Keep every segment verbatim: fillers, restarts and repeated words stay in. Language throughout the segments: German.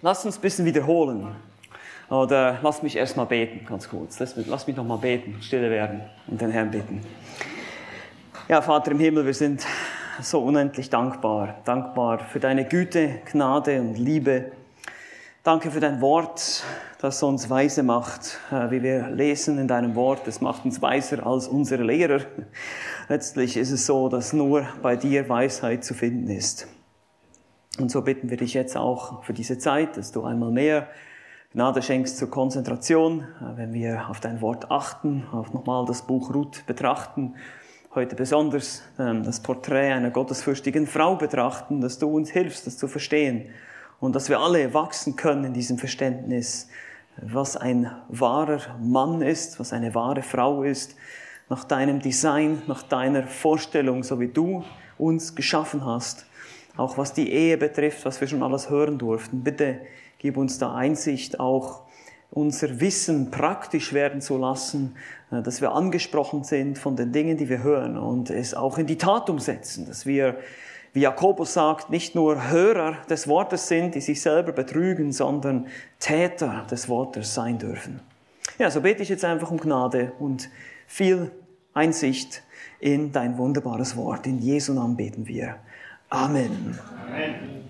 Lass uns ein bisschen wiederholen. Oder lass mich erst mal beten, ganz kurz. Lass, lass mich noch mal beten, stille werden und den Herrn bitten. Ja, Vater im Himmel, wir sind so unendlich dankbar. Dankbar für deine Güte, Gnade und Liebe. Danke für dein Wort, das uns weise macht, wie wir lesen in deinem Wort. Es macht uns weiser als unsere Lehrer. Letztlich ist es so, dass nur bei dir Weisheit zu finden ist. Und so bitten wir dich jetzt auch für diese Zeit, dass du einmal mehr Gnade schenkst zur Konzentration, wenn wir auf dein Wort achten, auf nochmal das Buch Ruth betrachten, heute besonders das Porträt einer gottesfürchtigen Frau betrachten, dass du uns hilfst, das zu verstehen und dass wir alle wachsen können in diesem Verständnis, was ein wahrer Mann ist, was eine wahre Frau ist, nach deinem Design, nach deiner Vorstellung, so wie du uns geschaffen hast. Auch was die Ehe betrifft, was wir schon alles hören durften. Bitte gib uns da Einsicht, auch unser Wissen praktisch werden zu lassen, dass wir angesprochen sind von den Dingen, die wir hören und es auch in die Tat umsetzen, dass wir, wie Jakobus sagt, nicht nur Hörer des Wortes sind, die sich selber betrügen, sondern Täter des Wortes sein dürfen. Ja, so bete ich jetzt einfach um Gnade und viel Einsicht in dein wunderbares Wort. In Jesu Namen beten wir. Amen. Amen.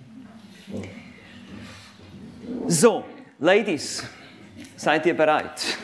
So, Ladies, seid ihr bereit?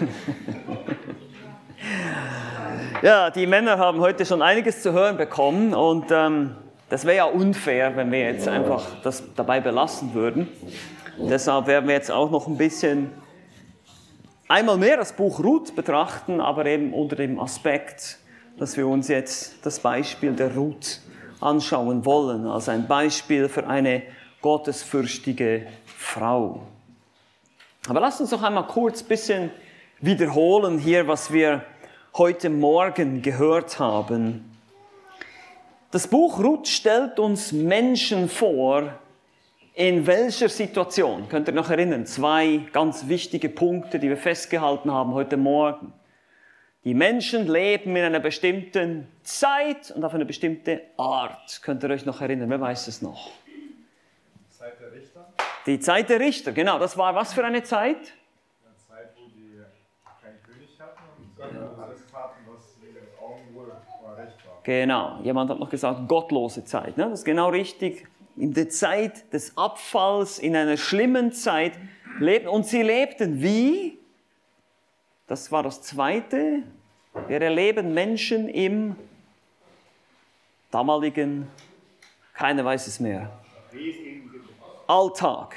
Ja, die Männer haben heute schon einiges zu hören bekommen und ähm, das wäre ja unfair, wenn wir jetzt einfach das dabei belassen würden. Deshalb werden wir jetzt auch noch ein bisschen einmal mehr das Buch Ruth betrachten, aber eben unter dem Aspekt, dass wir uns jetzt das Beispiel der Ruth anschauen wollen, als ein Beispiel für eine gottesfürchtige Frau. Aber lasst uns noch einmal kurz ein bisschen wiederholen hier, was wir heute Morgen gehört haben. Das Buch Ruth stellt uns Menschen vor, in welcher Situation, könnt ihr noch erinnern, zwei ganz wichtige Punkte, die wir festgehalten haben heute Morgen. Die Menschen leben in einer bestimmten Zeit und auf eine bestimmte Art. Könnt ihr euch noch erinnern? Wer weiß es noch? Die Zeit der Richter. Die Zeit der Richter, genau. Das war was für eine Zeit? Eine Zeit, wo die keinen König hatten und alles taten, was in den Augen wohl recht war. Genau. Jemand hat noch gesagt, gottlose Zeit. Ne? Das ist genau richtig. In der Zeit des Abfalls, in einer schlimmen Zeit lebten. Und sie lebten wie? Das war das Zweite. Wir erleben Menschen im damaligen, keiner weiß es mehr, Alltag.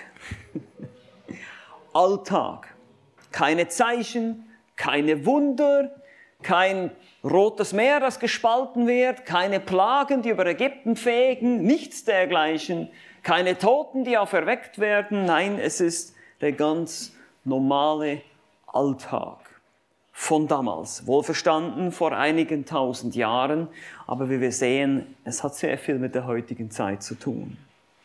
Alltag. Keine Zeichen, keine Wunder, kein rotes Meer, das gespalten wird, keine Plagen, die über Ägypten fegen, nichts dergleichen, keine Toten, die auferweckt werden. Nein, es ist der ganz normale Alltag von damals, wohlverstanden vor einigen tausend Jahren, aber wie wir sehen, es hat sehr viel mit der heutigen Zeit zu tun.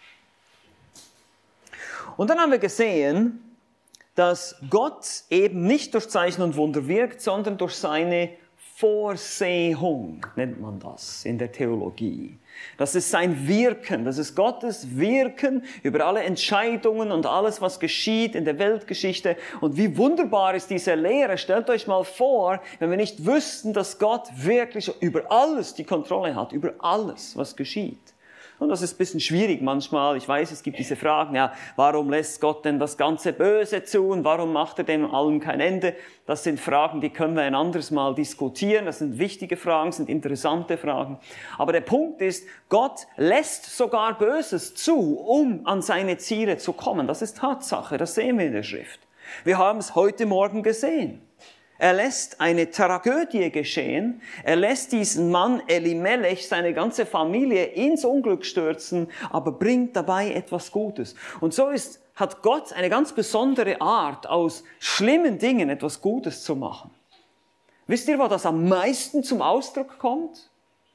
Und dann haben wir gesehen, dass Gott eben nicht durch Zeichen und Wunder wirkt, sondern durch seine Vorsehung, nennt man das in der Theologie. Das ist sein Wirken, das ist Gottes Wirken über alle Entscheidungen und alles, was geschieht in der Weltgeschichte. Und wie wunderbar ist diese Lehre. Stellt euch mal vor, wenn wir nicht wüssten, dass Gott wirklich über alles die Kontrolle hat, über alles, was geschieht. Und das ist ein bisschen schwierig manchmal. Ich weiß, es gibt diese Fragen, ja, warum lässt Gott denn das ganze Böse zu und warum macht er dem allem kein Ende? Das sind Fragen, die können wir ein anderes Mal diskutieren. Das sind wichtige Fragen, sind interessante Fragen. Aber der Punkt ist, Gott lässt sogar Böses zu, um an seine Ziele zu kommen. Das ist Tatsache, das sehen wir in der Schrift. Wir haben es heute Morgen gesehen. Er lässt eine Tragödie geschehen. Er lässt diesen Mann Elimelech, seine ganze Familie ins Unglück stürzen, aber bringt dabei etwas Gutes. Und so ist, hat Gott eine ganz besondere Art, aus schlimmen Dingen etwas Gutes zu machen. Wisst ihr, wo das am meisten zum Ausdruck kommt?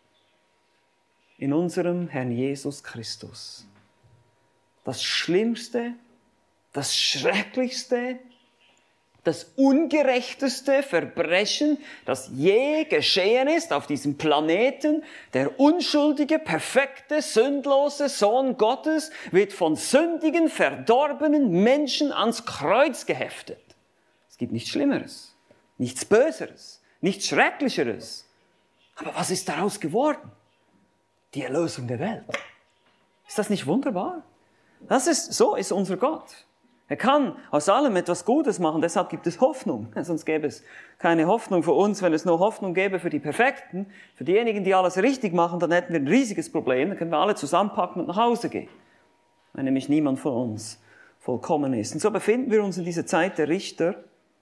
In unserem Herrn Jesus Christus. Das Schlimmste, das Schrecklichste, Das ungerechteste Verbrechen, das je geschehen ist auf diesem Planeten, der unschuldige, perfekte, sündlose Sohn Gottes wird von sündigen, verdorbenen Menschen ans Kreuz geheftet. Es gibt nichts Schlimmeres, nichts Böseres, nichts Schrecklicheres. Aber was ist daraus geworden? Die Erlösung der Welt. Ist das nicht wunderbar? Das ist, so ist unser Gott. Er kann aus allem etwas Gutes machen, deshalb gibt es Hoffnung. Sonst gäbe es keine Hoffnung für uns. Wenn es nur Hoffnung gäbe für die Perfekten, für diejenigen, die alles richtig machen, dann hätten wir ein riesiges Problem. Dann können wir alle zusammenpacken und nach Hause gehen. Weil nämlich niemand von uns vollkommen ist. Und so befinden wir uns in dieser Zeit der Richter.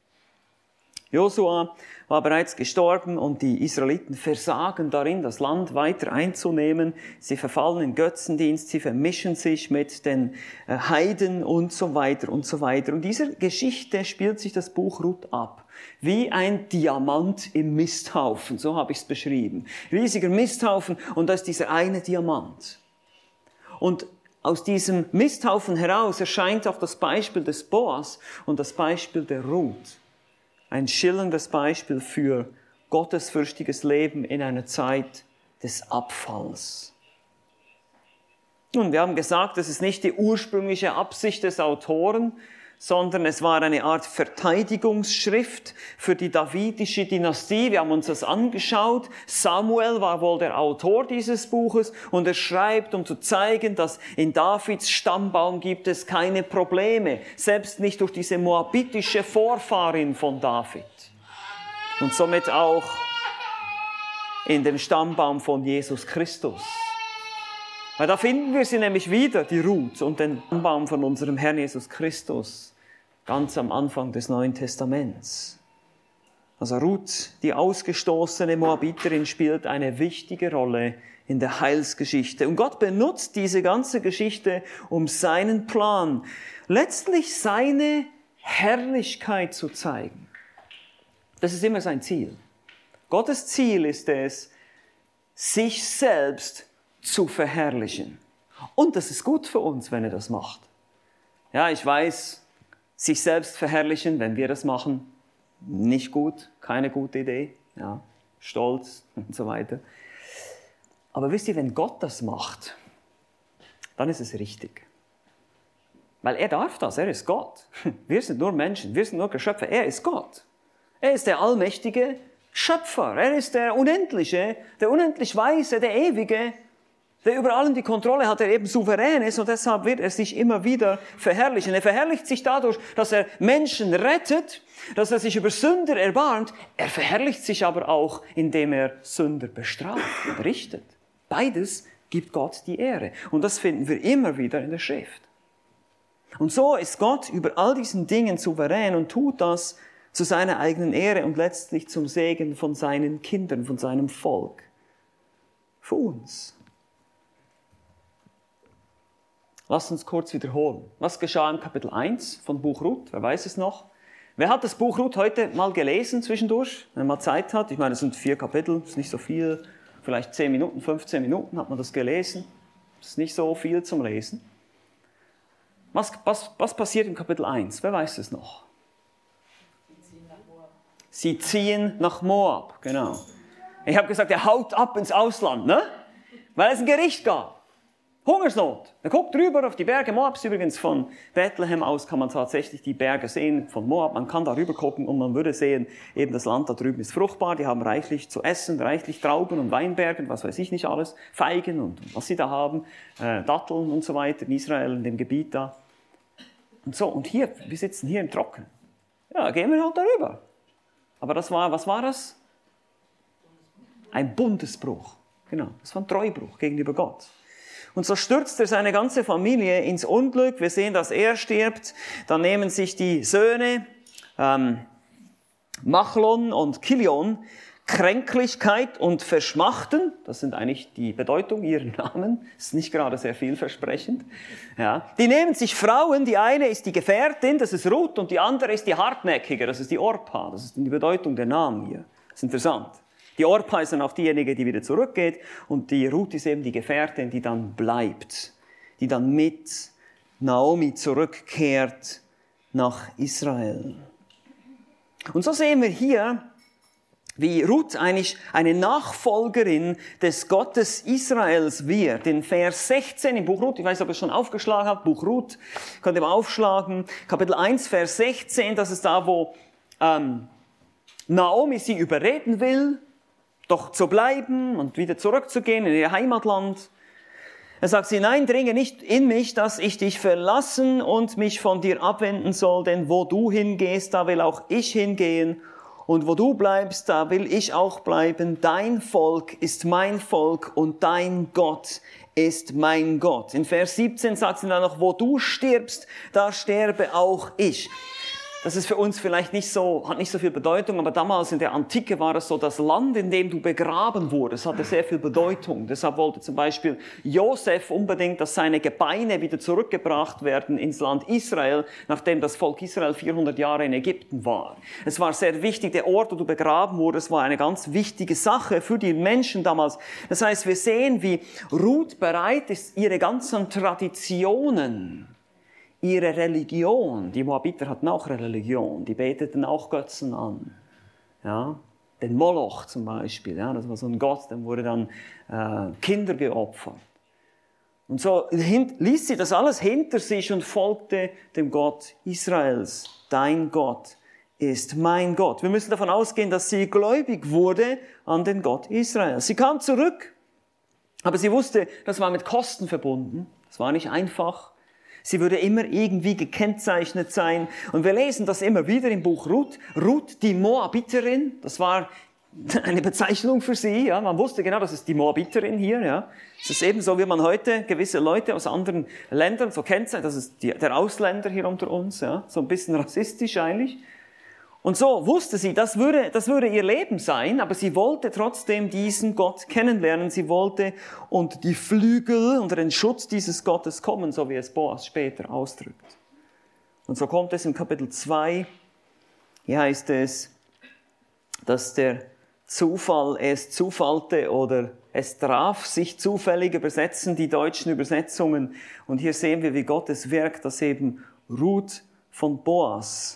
Josua war bereits gestorben und die Israeliten versagen darin, das Land weiter einzunehmen. Sie verfallen in Götzendienst, sie vermischen sich mit den Heiden und so weiter und so weiter. Und dieser Geschichte spielt sich das Buch Ruth ab. Wie ein Diamant im Misthaufen, so habe ich es beschrieben. Riesiger Misthaufen und da ist dieser eine Diamant. Und aus diesem Misthaufen heraus erscheint auch das Beispiel des Boas und das Beispiel der Ruth. Ein schillerndes Beispiel für gottesfürchtiges Leben in einer Zeit des Abfalls. Nun, wir haben gesagt, das ist nicht die ursprüngliche Absicht des Autoren, sondern es war eine Art Verteidigungsschrift für die davidische Dynastie. Wir haben uns das angeschaut. Samuel war wohl der Autor dieses Buches und er schreibt, um zu zeigen, dass in Davids Stammbaum gibt es keine Probleme, selbst nicht durch diese moabitische Vorfahrin von David. Und somit auch in dem Stammbaum von Jesus Christus. Weil da finden wir sie nämlich wieder, die Ruth und den Stammbaum von unserem Herrn Jesus Christus, ganz am Anfang des Neuen Testaments. Also Ruth, die ausgestoßene Moabiterin, spielt eine wichtige Rolle in der Heilsgeschichte. Und Gott benutzt diese ganze Geschichte, um seinen Plan, letztlich seine Herrlichkeit zu zeigen. Das ist immer sein Ziel. Gottes Ziel ist es, sich selbst zu verherrlichen. Und das ist gut für uns, wenn er das macht. Ja, ich weiß, sich selbst verherrlichen, wenn wir das machen, nicht gut, keine gute Idee. Ja, Stolz und so weiter. Aber wisst ihr, wenn Gott das macht, dann ist es richtig. Weil er darf das, er ist Gott. Wir sind nur Menschen, wir sind nur Geschöpfe, er ist Gott. Er ist der allmächtige Schöpfer, er ist der Unendliche, der unendlich Weise, der Ewige, der über allem die Kontrolle hat, der eben souverän ist und deshalb wird er sich immer wieder verherrlichen. Er verherrlicht sich dadurch, dass er Menschen rettet, dass er sich über Sünder erbarmt. Er verherrlicht sich aber auch, indem er Sünder bestraft und richtet. Beides gibt Gott die Ehre. Und das finden wir immer wieder in der Schrift. Und so ist Gott über all diesen Dingen souverän und tut das zu seiner eigenen Ehre und letztlich zum Segen von seinen Kindern, von seinem Volk. Für uns. Lass uns kurz wiederholen. Was geschah im Kapitel eins von Buch Ruth? Wer weiß es noch? Wer hat das Buch Ruth heute mal gelesen zwischendurch, wenn man Zeit hat? Ich meine, es sind vier Kapitel, ist nicht so viel. Vielleicht zehn Minuten, fünfzehn Minuten hat man das gelesen. Das ist nicht so viel zum Lesen. Was, was, was passiert im Kapitel eins? Wer weiß es noch? Sie ziehen nach Moab, genau. Ich habe gesagt, er haut ab ins Ausland, ne? Weil es ein Gericht gab. Hungersnot. Er guckt rüber auf die Berge Moabs. Übrigens von Bethlehem aus kann man tatsächlich die Berge sehen von Moab. Man kann da rüber gucken und man würde sehen, eben das Land da drüben ist fruchtbar. Die haben reichlich zu essen, reichlich Trauben und Weinberge und was weiß ich nicht alles. Feigen und was sie da haben. Äh, Datteln und so weiter in Israel, in dem Gebiet da. Und so, und hier, wir sitzen hier im Trockenen. Ja, gehen wir halt darüber. Aber das war, was war das? Ein Bundesbruch. Genau, das war ein Treubruch gegenüber Gott. Und so stürzt er seine ganze Familie ins Unglück. Wir sehen, dass er stirbt. Dann nehmen sich die Söhne ähm, Machlon und Kilion Kränklichkeit und Verschmachten. Das sind eigentlich die Bedeutung ihrer Namen. Das ist nicht gerade sehr vielversprechend. Ja. Die nehmen sich Frauen. Die eine ist die Gefährtin, das ist Ruth, und die andere ist die Hartnäckige, das ist die Orpa. Das ist die Bedeutung der Namen hier. Das ist interessant. Die Orpa ist dann auch diejenige, die wieder zurückgeht, und die Ruth ist eben die Gefährtin, die dann bleibt, die dann mit Naomi zurückkehrt nach Israel. Und so sehen wir hier, wie Ruth eigentlich eine Nachfolgerin des Gottes Israels wird. In Vers sechzehn im Buch Ruth, ich weiß nicht, ob ihr es schon aufgeschlagen habt, Buch Ruth, könnt ihr mal aufschlagen, Kapitel eins, Vers sechzehn, das ist da, wo ähm, Naomi sie überreden will, doch zu bleiben und wieder zurückzugehen in ihr Heimatland. Er sagt sie, nein, dringe nicht in mich, dass ich dich verlassen und mich von dir abwenden soll, denn wo du hingehst, da will auch ich hingehen. Und wo du bleibst, da will ich auch bleiben. Dein Volk ist mein Volk und dein Gott ist mein Gott. In Vers siebzehn sagt sie dann noch, wo du stirbst, da sterbe auch ich. Das ist für uns vielleicht nicht so, hat nicht so viel Bedeutung, aber damals in der Antike war es so, das Land, in dem du begraben wurdest, hatte sehr viel Bedeutung. Deshalb wollte zum Beispiel Josef unbedingt, dass seine Gebeine wieder zurückgebracht werden ins Land Israel, nachdem das Volk Israel vierhundert Jahre in Ägypten war. Es war sehr wichtig, der Ort, wo du begraben wurdest, war eine ganz wichtige Sache für die Menschen damals. Das heißt, wir sehen, wie Ruth bereit ist, ihre ganzen Traditionen, ihre Religion, die Moabiter hatten auch Religion, die beteten auch Götzen an. Ja, den Moloch zum Beispiel, ja, das war so ein Gott, dem wurde dann äh, Kinder geopfert. Und so ließ sie das alles hinter sich und folgte dem Gott Israels. Dein Gott ist mein Gott. Wir müssen davon ausgehen, dass sie gläubig wurde an den Gott Israels. Sie kam zurück, aber sie wusste, das war mit Kosten verbunden. Das war nicht einfach. Sie würde immer irgendwie gekennzeichnet sein. Und wir lesen das immer wieder im Buch Ruth. Ruth, die Moabiterin, das war eine Bezeichnung für sie. Ja, man wusste genau, das ist die Moabiterin hier. Ja, es ist ebenso, wie man heute gewisse Leute aus anderen Ländern so kennzeichnet. Das ist die, der Ausländer hier unter uns. Ja, so ein bisschen rassistisch eigentlich. Und so wusste sie, das würde, das würde ihr Leben sein, aber sie wollte trotzdem diesen Gott kennenlernen. Sie wollte unter die Flügel, unter den Schutz dieses Gottes kommen, so wie es Boas später ausdrückt. Und so kommt es im Kapitel zwei. Hier heißt es, dass der Zufall es zufallte oder es traf, sich zufällig übersetzen die deutschen Übersetzungen. Und hier sehen wir, wie Gott es wirkt, dass eben Ruth von Boas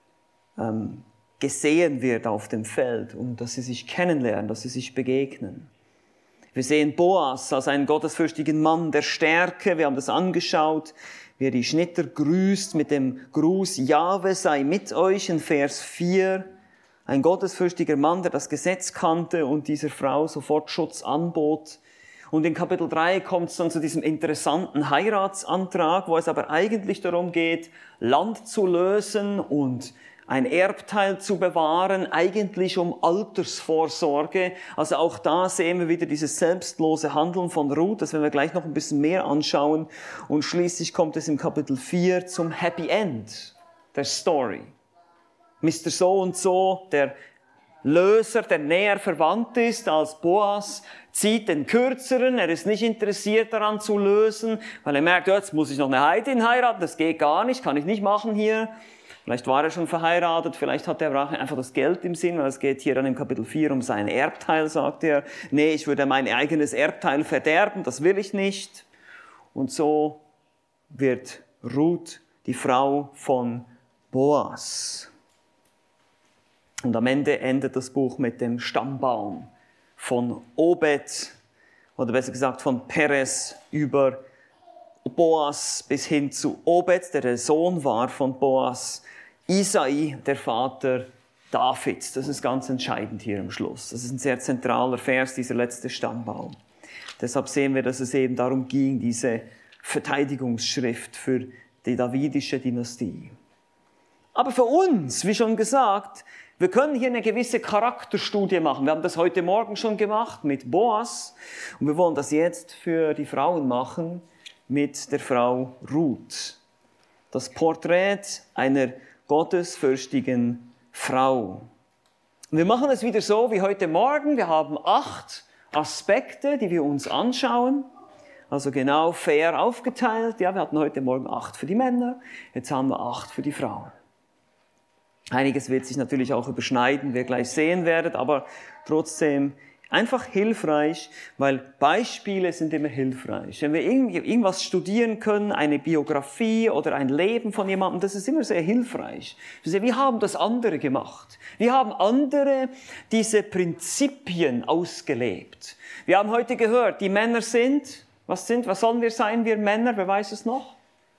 ähm, gesehen wird auf dem Feld und dass sie sich kennenlernen, dass sie sich begegnen. Wir sehen Boas als einen gottesfürchtigen Mann der Stärke. Wir haben das angeschaut, wie er die Schnitter grüßt mit dem Gruß, Jahwe sei mit euch in Vers vier. Ein gottesfürchtiger Mann, der das Gesetz kannte und dieser Frau sofort Schutz anbot. Und in Kapitel drei kommt es dann zu diesem interessanten Heiratsantrag, wo es aber eigentlich darum geht, Land zu lösen und ein Erbteil zu bewahren, eigentlich um Altersvorsorge. Also auch da sehen wir wieder dieses selbstlose Handeln von Ruth, das werden wir gleich noch ein bisschen mehr anschauen. Und schließlich kommt es im Kapitel vier zum Happy End der Story. Mister So und so, der Löser, der näher verwandt ist als Boas, zieht den Kürzeren. Er ist nicht interessiert daran zu lösen, weil er merkt, ja, jetzt muss ich noch eine Heidin heiraten, das geht gar nicht, kann ich nicht machen hier. Vielleicht war er schon verheiratet, vielleicht hat er einfach das Geld im Sinn, weil es geht hier dann im Kapitel vier um sein Erbteil, sagt er. Nee, ich würde mein eigenes Erbteil verderben, das will ich nicht. Und so wird Ruth die Frau von Boas. Und am Ende endet das Buch mit dem Stammbaum von Obed, oder besser gesagt von Perez über Boas bis hin zu Obed, der der Sohn war von Boas, Isai, der Vater Davids. Das ist ganz entscheidend hier am Schluss. Das ist ein sehr zentraler Vers, dieser letzte Stammbaum. Deshalb sehen wir, dass es eben darum ging, diese Verteidigungsschrift für die davidische Dynastie. Aber für uns, wie schon gesagt, wir können hier eine gewisse Charakterstudie machen. Wir haben das heute Morgen schon gemacht mit Boas und wir wollen das jetzt für die Frauen machen mit der Frau Ruth. Das Porträt einer gottesfürchtigen Frau. Und wir machen es wieder so wie heute Morgen. Wir haben acht Aspekte, die wir uns anschauen. Also genau fair aufgeteilt. Ja, wir hatten heute Morgen acht für die Männer, jetzt haben wir acht für die Frauen. Einiges wird sich natürlich auch überschneiden, wie ihr gleich sehen werdet, aber trotzdem Einfach hilfreich, weil Beispiele sind immer hilfreich. Wenn wir irgendwas studieren können, eine Biografie oder ein Leben von jemandem, das ist immer sehr hilfreich. Wir haben das andere gemacht. Wir haben andere diese Prinzipien ausgelebt. Wir haben heute gehört, die Männer sind, was sind, was sollen wir sein, wir Männer, wer weiß es noch?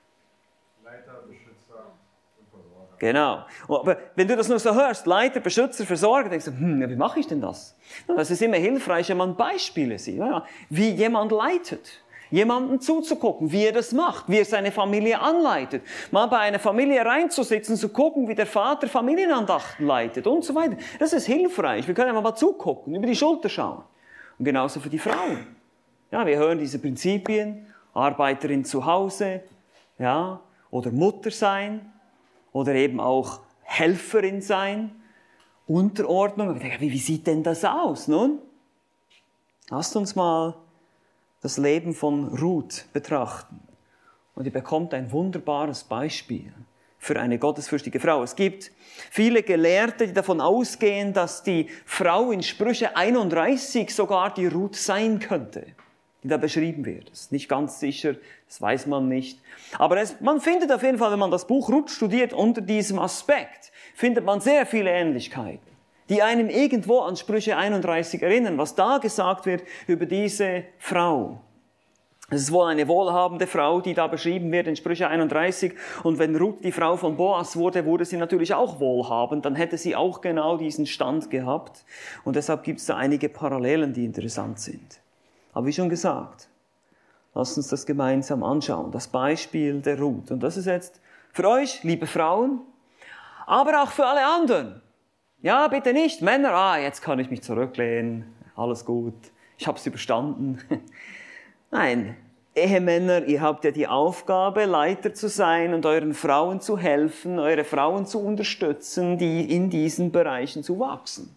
Leiter, Beschützer und Versorger. Genau. Aber wenn du das nur so hörst, Leiter, Beschützer, Versorger, denkst du, hm, wie mache ich denn das? Das ist immer hilfreich, wenn man Beispiele sieht, ja, wie jemand leitet. Jemanden zuzugucken, wie er das macht, wie er seine Familie anleitet. Mal bei einer Familie reinzusitzen, zu gucken, wie der Vater Familienandachten leitet und so weiter. Das ist hilfreich. Wir können einfach mal zugucken, über die Schulter schauen. Und genauso für die Frauen. Ja, wir hören diese Prinzipien, Arbeiterin zu Hause, ja, oder Mutter sein, oder eben auch Helferin sein, Unterordnung. Und wir denken, wie, wie sieht denn das aus, nun? Lasst uns mal das Leben von Ruth betrachten. Und ihr bekommt ein wunderbares Beispiel für eine gottesfürchtige Frau. Es gibt viele Gelehrte, die davon ausgehen, dass die Frau in Sprüche einunddreißig sogar die Ruth sein könnte, die da beschrieben wird. Das ist nicht ganz sicher, das weiß man nicht. Aber es, man findet auf jeden Fall, wenn man das Buch Ruth studiert, unter diesem Aspekt, findet man sehr viele Ähnlichkeiten, die einem irgendwo an Sprüche einunddreißig erinnern, was da gesagt wird über diese Frau. Es ist wohl eine wohlhabende Frau, die da beschrieben wird in Sprüche einunddreißig. Und wenn Ruth die Frau von Boas wurde, wurde sie natürlich auch wohlhabend. Dann hätte sie auch genau diesen Stand gehabt. Und deshalb gibt es da einige Parallelen, die interessant sind. Aber wie schon gesagt, lasst uns das gemeinsam anschauen. Das Beispiel der Ruth. Und das ist jetzt für euch, liebe Frauen, aber auch für alle anderen. Ja, bitte nicht. Männer, ah, jetzt kann ich mich zurücklehnen. Alles gut. Ich habe es überstanden. Nein, Ehemänner, ihr habt ja die Aufgabe, Leiter zu sein und euren Frauen zu helfen, eure Frauen zu unterstützen, die in diesen Bereichen zu wachsen.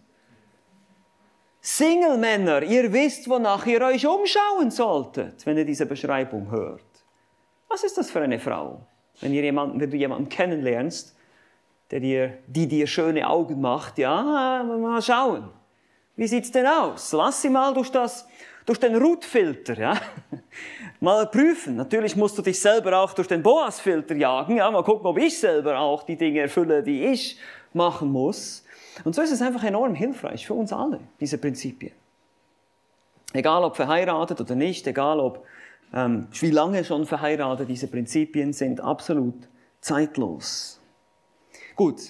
Single-Männer, ihr wisst, wonach ihr euch umschauen solltet, wenn ihr diese Beschreibung hört. Was ist das für eine Frau? Wenn, ihr jemanden, wenn du jemanden kennenlernst, der dir, die dir schöne Augen macht, ja, mal schauen. Wie sieht's denn aus? Lass sie mal durch das, durch den Ruth-Filter, ja. Mal prüfen. Natürlich musst du dich selber auch durch den Boas-Filter jagen, ja. Mal gucken, ob ich selber auch die Dinge erfülle, die ich machen muss. Und so ist es einfach enorm hilfreich für uns alle, diese Prinzipien. Egal ob verheiratet oder nicht, egal ob, ähm, wie lange schon verheiratet, diese Prinzipien sind absolut zeitlos. Gut.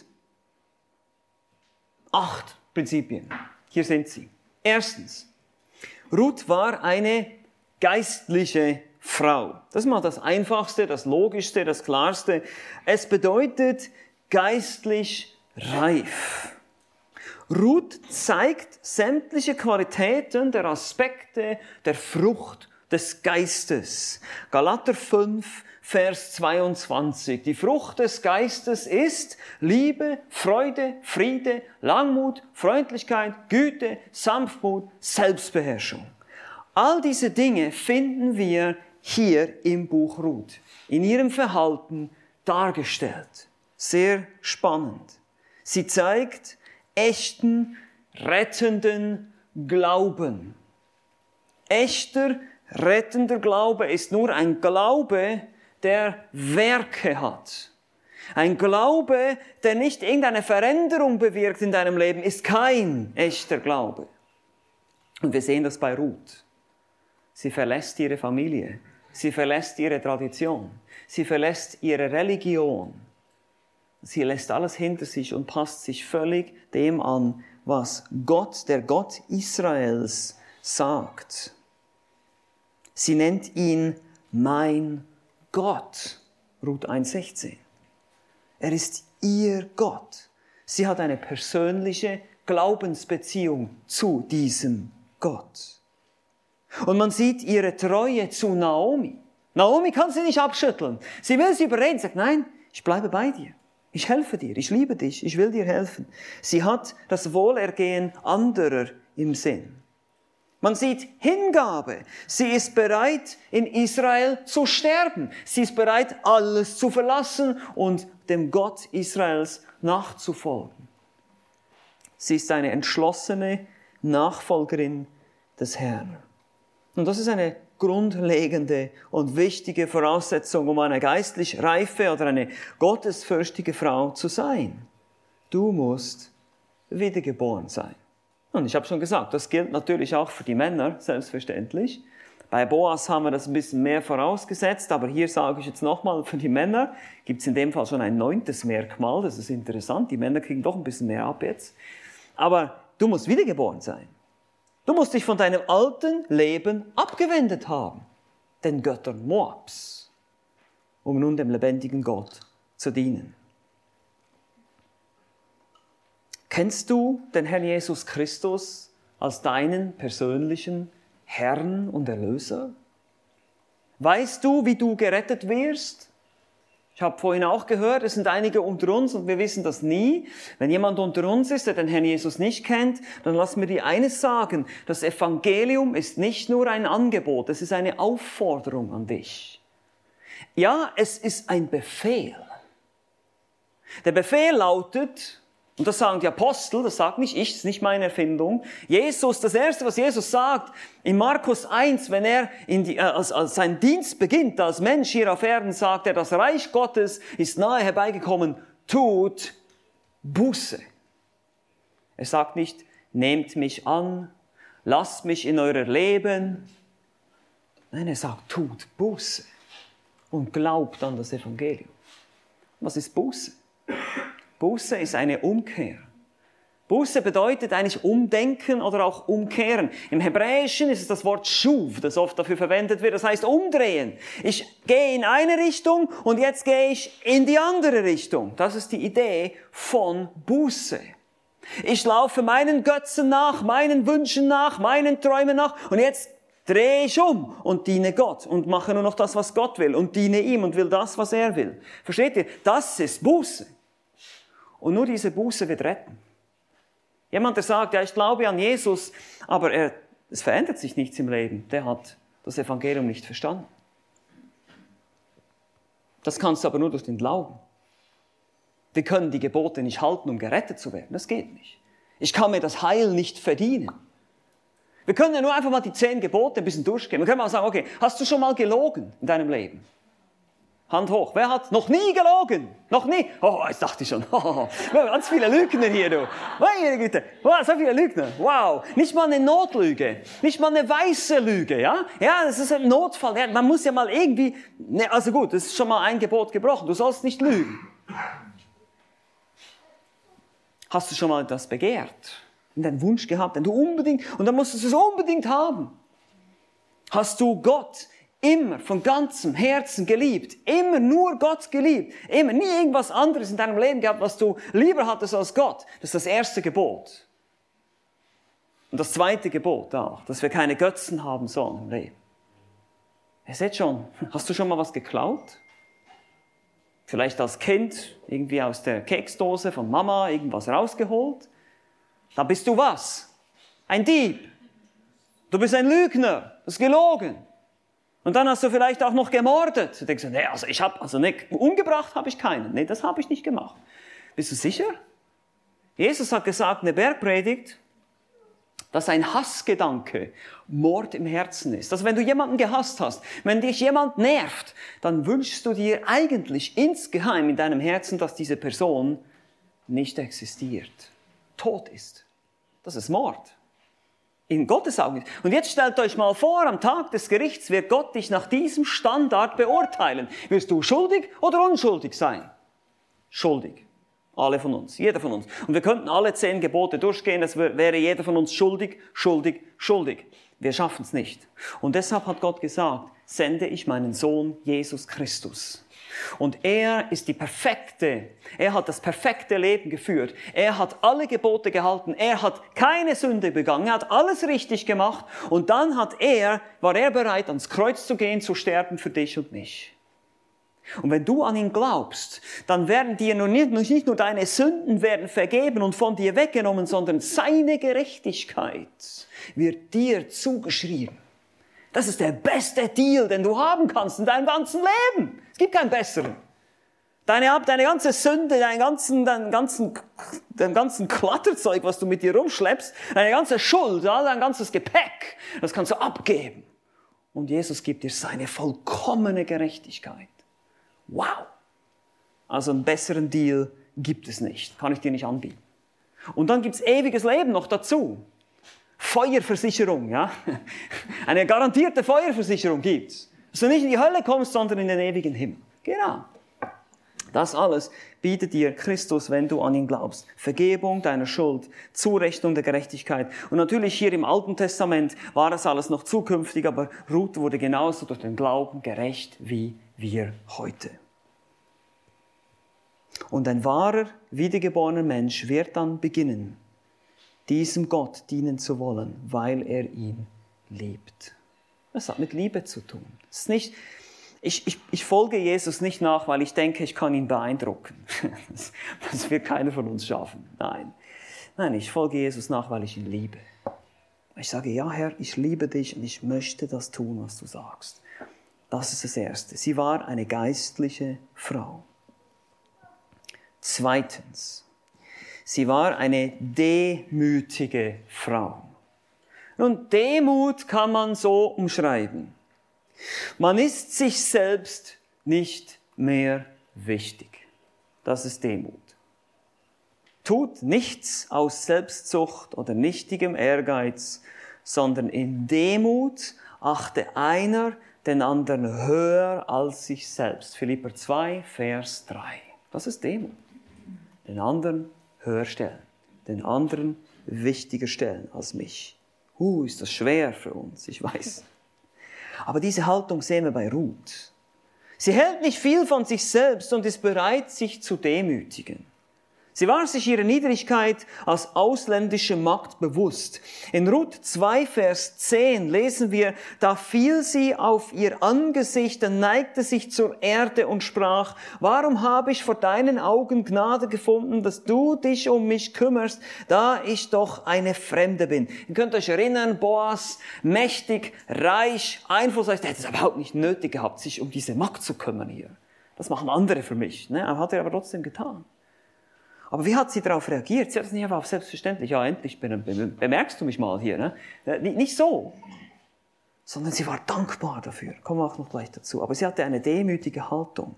Acht Prinzipien. Hier sind sie. Erstens. Ruth war eine geistliche Frau. Das ist mal das Einfachste, das Logischste, das Klarste. Es bedeutet geistlich reif. Ruth zeigt sämtliche Qualitäten der Aspekte der Frucht des Geistes. Galater fünf, Vers zweiundzwanzig. Die Frucht des Geistes ist Liebe, Freude, Friede, Langmut, Freundlichkeit, Güte, Sanftmut, Selbstbeherrschung. All diese Dinge finden wir hier im Buch Ruth, in ihrem Verhalten dargestellt. Sehr spannend. Sie zeigt echten, rettenden Glauben. Echter, rettender Glaube ist nur ein Glaube, der Werke hat. Ein Glaube, der nicht irgendeine Veränderung bewirkt in deinem Leben, ist kein echter Glaube. Und wir sehen das bei Ruth. Sie verlässt ihre Familie. Sie verlässt ihre Tradition. Sie verlässt ihre Religion. Sie lässt alles hinter sich und passt sich völlig dem an, was Gott, der Gott Israels, sagt. Sie nennt ihn mein Gott. Ruth eins sechzehn. Er ist ihr Gott. Sie hat eine persönliche Glaubensbeziehung zu diesem Gott. Und man sieht ihre Treue zu Naomi. Naomi kann sie nicht abschütteln. Sie will sie überreden, sagt, nein, ich bleibe bei dir. Ich helfe dir, ich liebe dich, ich will dir helfen. Sie hat das Wohlergehen anderer im Sinn. Man sieht Hingabe. Sie ist bereit, in Israel zu sterben. Sie ist bereit, alles zu verlassen und dem Gott Israels nachzufolgen. Sie ist eine entschlossene Nachfolgerin des Herrn. Und das ist eine grundlegende und wichtige Voraussetzung, um eine geistlich reife oder eine gottesfürchtige Frau zu sein. Du musst wiedergeboren sein. Und ich habe schon gesagt, das gilt natürlich auch für die Männer, selbstverständlich. Bei Boas haben wir das ein bisschen mehr vorausgesetzt, aber hier sage ich jetzt nochmal, für die Männer gibt es in dem Fall schon ein neuntes Merkmal, das ist interessant, die Männer kriegen doch ein bisschen mehr ab jetzt. Aber du musst wiedergeboren sein. Du musst dich von deinem alten Leben abgewendet haben, den Göttern Moabs, um nun dem lebendigen Gott zu dienen. Kennst du den Herrn Jesus Christus als deinen persönlichen Herrn und Erlöser? Weißt du, wie du gerettet wirst? Ich habe vorhin auch gehört, es sind einige unter uns und wir wissen das nie. Wenn jemand unter uns ist, der den Herrn Jesus nicht kennt, dann lass mir dir eines sagen. Das Evangelium ist nicht nur ein Angebot, es ist eine Aufforderung an dich. Ja, es ist ein Befehl. Der Befehl lautet, und das sagen die Apostel, das sagt nicht ich, das ist nicht meine Erfindung. Jesus, das Erste, was Jesus sagt, in Markus eins, wenn er in die, äh, als, als seinen Dienst beginnt, als Mensch hier auf Erden, sagt er, das Reich Gottes ist nahe herbeigekommen, tut Buße. Er sagt nicht, nehmt mich an, lasst mich in euer Leben. Nein, er sagt, tut Buße und glaubt an das Evangelium. Was ist Buße? Buße ist eine Umkehr. Buße bedeutet eigentlich umdenken oder auch umkehren. Im Hebräischen ist es das Wort Shuv, das oft dafür verwendet wird. Das heißt umdrehen. Ich gehe in eine Richtung und jetzt gehe ich in die andere Richtung. Das ist die Idee von Buße. Ich laufe meinen Götzen nach, meinen Wünschen nach, meinen Träumen nach und jetzt drehe ich um und diene Gott und mache nur noch das, was Gott will und diene ihm und will das, was er will. Versteht ihr? Das ist Buße. Und nur diese Buße wird retten. Jemand, der sagt, ja, ich glaube an Jesus, aber er, es verändert sich nichts im Leben, der hat das Evangelium nicht verstanden. Das kannst du aber nur durch den Glauben. Wir können die Gebote nicht halten, um gerettet zu werden. Das geht nicht. Ich kann mir das Heil nicht verdienen. Wir können ja nur einfach mal die zehn Gebote ein bisschen durchgehen. Wir können mal sagen, okay, hast du schon mal gelogen in deinem Leben? Hand hoch. Wer hat noch nie gelogen? Noch nie? Oh, jetzt dachte ich schon. Oh, ganz viele Lügner hier, du. Meine Güte. Wow, so viele Lügner. Wow. Nicht mal eine Notlüge. Nicht mal eine weiße Lüge, ja? Ja, das ist ein Notfall. Ja, man muss ja mal irgendwie, ne, also gut, das ist schon mal ein Gebot gebrochen. Du sollst nicht lügen. Hast du schon mal das begehrt? Und deinen Wunsch gehabt, den du unbedingt, und dann musstest du es unbedingt haben. Hast du Gott immer von ganzem Herzen geliebt, immer nur Gott geliebt, immer nie irgendwas anderes in deinem Leben gehabt, was du lieber hattest als Gott. Das ist das erste Gebot. Und das zweite Gebot auch, dass wir keine Götzen haben sollen im Leben. Ihr seht schon, hast du schon mal was geklaut? Vielleicht als Kind irgendwie aus der Keksdose von Mama irgendwas rausgeholt? Dann bist du was? Ein Dieb. Du bist ein Lügner, du hast gelogen. Und dann hast du vielleicht auch noch gemordet. Du denkst, nee, also ich habe, also nicht, umgebracht habe ich keinen. Nee, das habe ich nicht gemacht. Bist du sicher? Jesus hat gesagt, eine Bergpredigt, dass ein Hassgedanke Mord im Herzen ist. Also wenn du jemanden gehasst hast, wenn dich jemand nervt, dann wünschst du dir eigentlich insgeheim in deinem Herzen, dass diese Person nicht existiert, tot ist. Das ist Mord. In Gottes Augen. Und jetzt stellt euch mal vor, am Tag des Gerichts wird Gott dich nach diesem Standard beurteilen. Wirst du schuldig oder unschuldig sein? Schuldig. Alle von uns, jeder von uns. Und wir könnten alle zehn Gebote durchgehen, das wäre jeder von uns schuldig, schuldig, schuldig. Wir schaffen es nicht. Und deshalb hat Gott gesagt, sende ich meinen Sohn Jesus Christus. Und er ist die perfekte, er hat das perfekte Leben geführt. Er hat alle Gebote gehalten. Er hat keine Sünde begangen. Er hat alles richtig gemacht. Und dann hat er, war er bereit, ans Kreuz zu gehen, zu sterben für dich und mich. Und wenn du an ihn glaubst, dann werden dir nur nicht, nicht nur deine Sünden werden vergeben und von dir weggenommen, sondern seine Gerechtigkeit wird dir zugeschrieben. Das ist der beste Deal, den du haben kannst in deinem ganzen Leben. Es gibt keinen besseren. Deine, deine ganze Sünde, deinen ganzen, deinen ganzen, deinen ganzen Klatterzeug, was du mit dir rumschleppst, deine ganze Schuld, all dein ganzes Gepäck, das kannst du abgeben. Und Jesus gibt dir seine vollkommene Gerechtigkeit. Wow! Also einen besseren Deal gibt es nicht. Kann ich dir nicht anbieten. Und dann gibt's ewiges Leben noch dazu. Feuerversicherung, ja? Eine garantierte Feuerversicherung gibt's. Dass du nicht in die Hölle kommst, sondern in den ewigen Himmel. Genau. Das alles bietet dir Christus, wenn du an ihn glaubst. Vergebung deiner Schuld, Zurechnung der Gerechtigkeit. Und natürlich hier im Alten Testament war das alles noch zukünftig, aber Ruth wurde genauso durch den Glauben gerecht wie wir heute. Und ein wahrer, wiedergeborener Mensch wird dann beginnen, diesem Gott dienen zu wollen, weil er ihn liebt. Das hat mit Liebe zu tun. Es ist nicht... Ich, ich, ich folge Jesus nicht nach, weil ich denke, ich kann ihn beeindrucken. Das, das wird keiner von uns schaffen. Nein. Nein, ich folge Jesus nach, weil ich ihn liebe. Ich sage, ja Herr, ich liebe dich und ich möchte das tun, was du sagst. Das ist das Erste. Sie war eine geistliche Frau. Zweitens, sie war eine demütige Frau. Nun, Demut kann man so umschreiben. Man ist sich selbst nicht mehr wichtig. Das ist Demut. Tut nichts aus Selbstsucht oder nichtigem Ehrgeiz, sondern in Demut achte einer den anderen höher als sich selbst. Philipper zwei, Vers drei. Das ist Demut. Den anderen höher stellen. Den anderen wichtiger stellen als mich. Uh, ist das schwer für uns, ich weiß. Aber diese Haltung sehen wir bei Ruth. Sie hält nicht viel von sich selbst und ist bereit, sich zu demütigen. Sie war sich ihrer Niedrigkeit als ausländische Magd bewusst. In Ruth zwei, Vers zehn lesen wir, da fiel sie auf ihr Angesicht, dann neigte sich zur Erde und sprach, warum habe ich vor deinen Augen Gnade gefunden, dass du dich um mich kümmerst, da ich doch eine Fremde bin. Ihr könnt euch erinnern, Boas, mächtig, reich, einflussreich, der hätte es überhaupt nicht nötig gehabt, sich um diese Magd zu kümmern hier. Das machen andere für mich, ne? Hat er aber trotzdem getan. Aber wie hat sie darauf reagiert? Sie hat es nicht einfach selbstverständlich, ja, endlich bemerkst du mich mal hier. Ne? Nicht so, sondern sie war dankbar dafür. Kommen wir auch noch gleich dazu. Aber sie hatte eine demütige Haltung.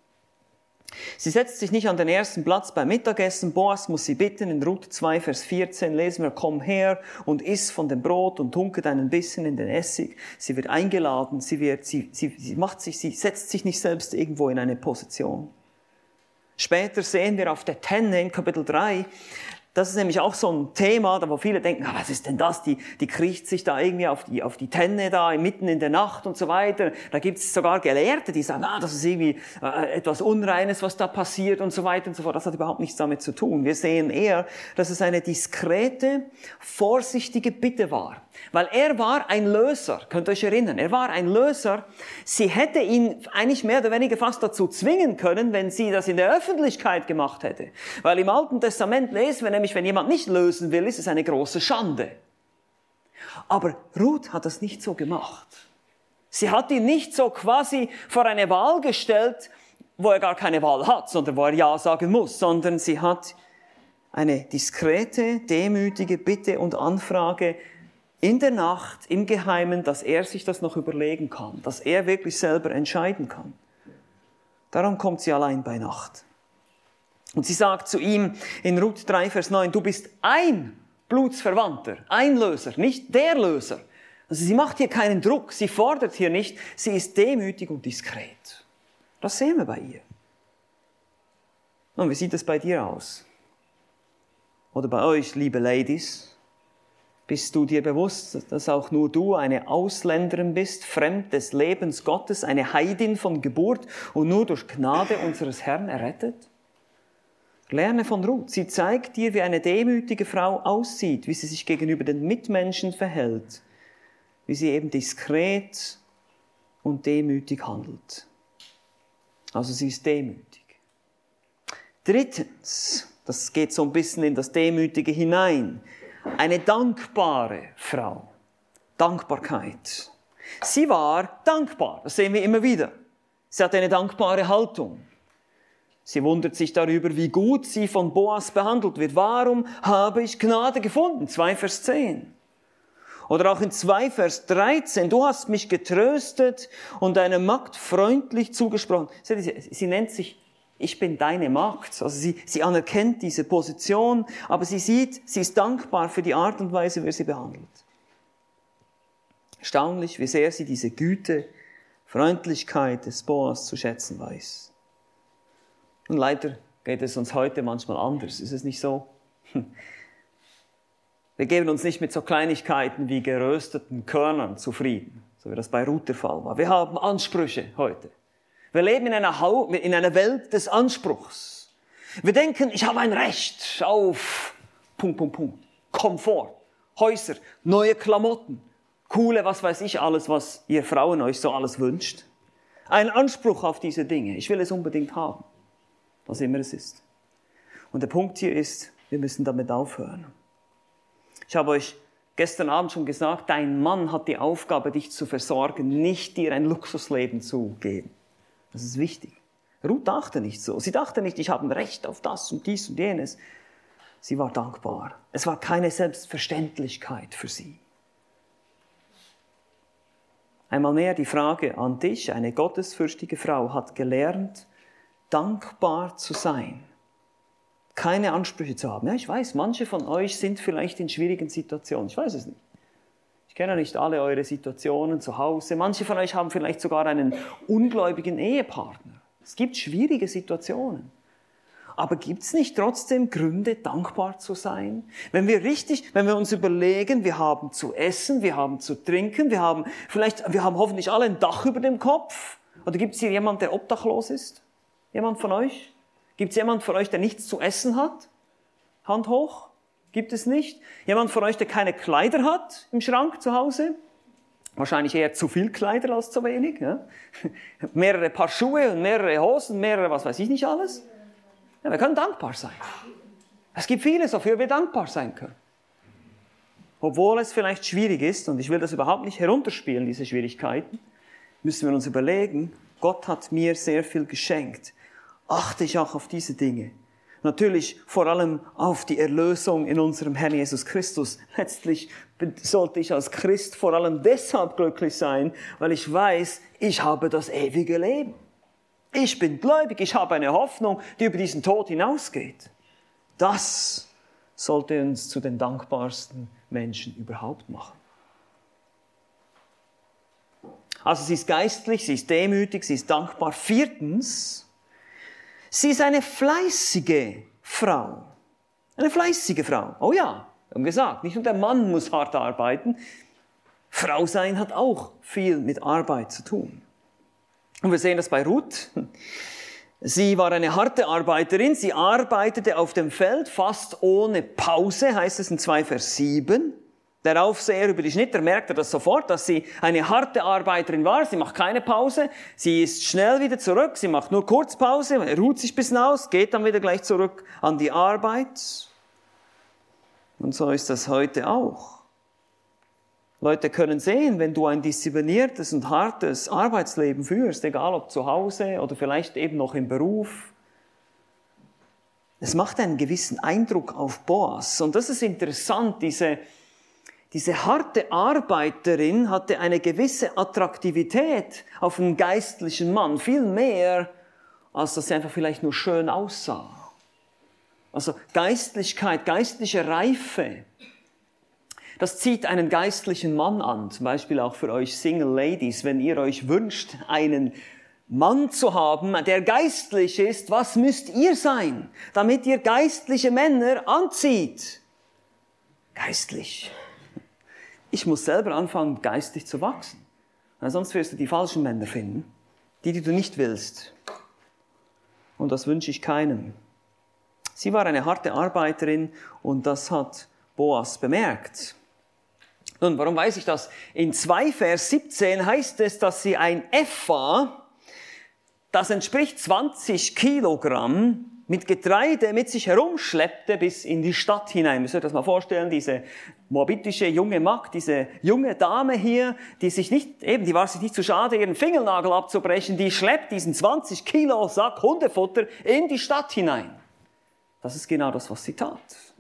Sie setzt sich nicht an den ersten Platz beim Mittagessen. Boas muss sie bitten. In Ruth zwei, Vers vierzehn lesen wir, komm her und iss von dem Brot und tunke deinen Bissen in den Essig. Sie wird eingeladen, sie, wird, sie, sie, sie, macht sich, sie setzt sich nicht selbst irgendwo in eine Position. Später sehen wir auf der Tenne in Kapitel drei, das ist nämlich auch so ein Thema, da wo viele denken, ah, was ist denn das? Die, die kriecht sich da irgendwie auf die, auf die Tenne da, mitten in der Nacht und so weiter. Da gibt es sogar Gelehrte, die sagen, ah, das ist irgendwie äh, etwas Unreines, was da passiert und so weiter und so fort. Das hat überhaupt nichts damit zu tun. Wir sehen eher, dass es eine diskrete, vorsichtige Bitte war. Weil er war ein Löser, könnt ihr euch erinnern, er war ein Löser. Sie hätte ihn eigentlich mehr oder weniger fast dazu zwingen können, wenn sie das in der Öffentlichkeit gemacht hätte. Weil im Alten Testament lesen wir nämlich, wenn jemand nicht lösen will, ist es eine große Schande. Aber Ruth hat das nicht so gemacht. Sie hat ihn nicht so quasi vor eine Wahl gestellt, wo er gar keine Wahl hat, sondern wo er Ja sagen muss, sondern sie hat eine diskrete, demütige Bitte und Anfrage in der Nacht, im Geheimen, dass er sich das noch überlegen kann, dass er wirklich selber entscheiden kann. Darum kommt sie allein bei Nacht. Und sie sagt zu ihm in Ruth drei, Vers neun, du bist ein Blutsverwandter, ein Löser, nicht der Löser. Also sie macht hier keinen Druck, sie fordert hier nicht, sie ist demütig und diskret. Das sehen wir bei ihr. Und wie sieht es bei dir aus? Oder bei euch, liebe Ladies? Bist du dir bewusst, dass auch nur du eine Ausländerin bist, fremd des Lebens Gottes, eine Heidin von Geburt und nur durch Gnade unseres Herrn errettet? Lerne von Ruth. Sie zeigt dir, wie eine demütige Frau aussieht, wie sie sich gegenüber den Mitmenschen verhält, wie sie eben diskret und demütig handelt. Also sie ist demütig. Drittens, das geht so ein bisschen in das Demütige hinein, eine dankbare Frau. Dankbarkeit. Sie war dankbar, das sehen wir immer wieder. Sie hatte eine dankbare Haltung. Sie wundert sich darüber, wie gut sie von Boas behandelt wird. Warum habe ich Gnade gefunden? zwei Vers zehn. Oder auch in zwei Vers dreizehn. Du hast mich getröstet und deiner Magd freundlich zugesprochen. Sie, sie nennt sich, ich bin deine Magd. Also sie, sie anerkennt diese Position, aber sie sieht, sie ist dankbar für die Art und Weise, wie sie behandelt. Erstaunlich, wie sehr sie diese Güte, Freundlichkeit des Boas zu schätzen weiß. Und leider geht es uns heute manchmal anders. Ist es nicht so? Wir geben uns nicht mit so Kleinigkeiten wie gerösteten Körnern zufrieden, so wie das bei Ruth der Fall war. Wir haben Ansprüche heute. Wir leben in einer, ha- in einer Welt des Anspruchs. Wir denken, ich habe ein Recht auf Punkt, Punkt, Punkt. Komfort, Häuser, neue Klamotten, coole, was weiß ich alles, was ihr Frauen euch so alles wünscht. Ein Anspruch auf diese Dinge. Ich will es unbedingt haben. Was immer es ist. Und der Punkt hier ist, wir müssen damit aufhören. Ich habe euch gestern Abend schon gesagt, dein Mann hat die Aufgabe, dich zu versorgen, nicht dir ein Luxusleben zu geben. Das ist wichtig. Ruth dachte nicht so. Sie dachte nicht, ich habe ein Recht auf das und dies und jenes. Sie war dankbar. Es war keine Selbstverständlichkeit für sie. Einmal mehr die Frage an dich. Eine gottesfürchtige Frau hat gelernt, dankbar zu sein. Keine Ansprüche zu haben. Ja, ich weiß, manche von euch sind vielleicht in schwierigen Situationen. Ich weiß es nicht. Ich kenne nicht alle eure Situationen zu Hause. Manche von euch haben vielleicht sogar einen ungläubigen Ehepartner. Es gibt schwierige Situationen. Aber gibt es nicht trotzdem Gründe, dankbar zu sein? Wenn wir richtig, wenn wir uns überlegen, wir haben zu essen, wir haben zu trinken, wir haben vielleicht, wir haben hoffentlich alle ein Dach über dem Kopf. Oder gibt es hier jemanden, der obdachlos ist? Jemand von euch? Gibt es jemand von euch, der nichts zu essen hat? Hand hoch. Gibt es nicht? Jemand von euch, der keine Kleider hat im Schrank zu Hause? Wahrscheinlich eher zu viel Kleider als zu wenig. Ja? Mehrere Paar Schuhe und mehrere Hosen, mehrere was weiß ich nicht alles. Ja, wir können dankbar sein. Es gibt vieles, wofür wir dankbar sein können. Obwohl es vielleicht schwierig ist, und ich will das überhaupt nicht herunterspielen, diese Schwierigkeiten, müssen wir uns überlegen, Gott hat mir sehr viel geschenkt. Achte ich auch auf diese Dinge. Natürlich vor allem auf die Erlösung in unserem Herrn Jesus Christus. Letztlich sollte ich als Christ vor allem deshalb glücklich sein, weil ich weiß, ich habe das ewige Leben. Ich bin gläubig, ich habe eine Hoffnung, die über diesen Tod hinausgeht. Das sollte uns zu den dankbarsten Menschen überhaupt machen. Also sie ist geistlich, sie ist demütig, sie ist dankbar. Viertens, sie ist eine fleißige Frau. Eine fleißige Frau. Oh ja, wir haben gesagt, nicht nur der Mann muss hart arbeiten. Frau sein hat auch viel mit Arbeit zu tun. Und wir sehen das bei Ruth. Sie war eine harte Arbeiterin. Sie arbeitete auf dem Feld fast ohne Pause, heißt es in zwei Vers sieben. Der Aufseher über die Schnitter merkte das sofort, dass sie eine harte Arbeiterin war. Sie macht keine Pause. Sie ist schnell wieder zurück. Sie macht nur Kurzpause, ruht sich ein bisschen aus, geht dann wieder gleich zurück an die Arbeit. Und so ist das heute auch. Leute können sehen, wenn du ein diszipliniertes und hartes Arbeitsleben führst, egal ob zu Hause oder vielleicht eben noch im Beruf, es macht einen gewissen Eindruck auf Boas. Und das ist interessant, diese Diese harte Arbeiterin hatte eine gewisse Attraktivität auf einen geistlichen Mann, viel mehr, als dass sie einfach vielleicht nur schön aussah. Also Geistlichkeit, geistliche Reife, das zieht einen geistlichen Mann an. Zum Beispiel auch für euch Single Ladies, wenn ihr euch wünscht, einen Mann zu haben, der geistlich ist, was müsst ihr sein, damit ihr geistliche Männer anzieht? Geistlich. Ich muss selber anfangen, geistig zu wachsen. Weil sonst wirst du die falschen Männer finden, die, die du nicht willst. Und das wünsche ich keinem. Sie war eine harte Arbeiterin und das hat Boas bemerkt. Nun, warum weiß ich das? In zwei Vers siebzehn heißt es, dass sie ein Epha, das entspricht zwanzig Kilogramm, mit Getreide mit sich herumschleppte bis in die Stadt hinein. Müsst ihr euch das mal vorstellen, diese moabitische junge Magd, diese junge Dame hier, die sich nicht, eben, die war sich nicht zu schade, ihren Fingernagel abzubrechen, die schleppt diesen zwanzig Kilo Sack Hundefutter in die Stadt hinein. Das ist genau das, was sie tat.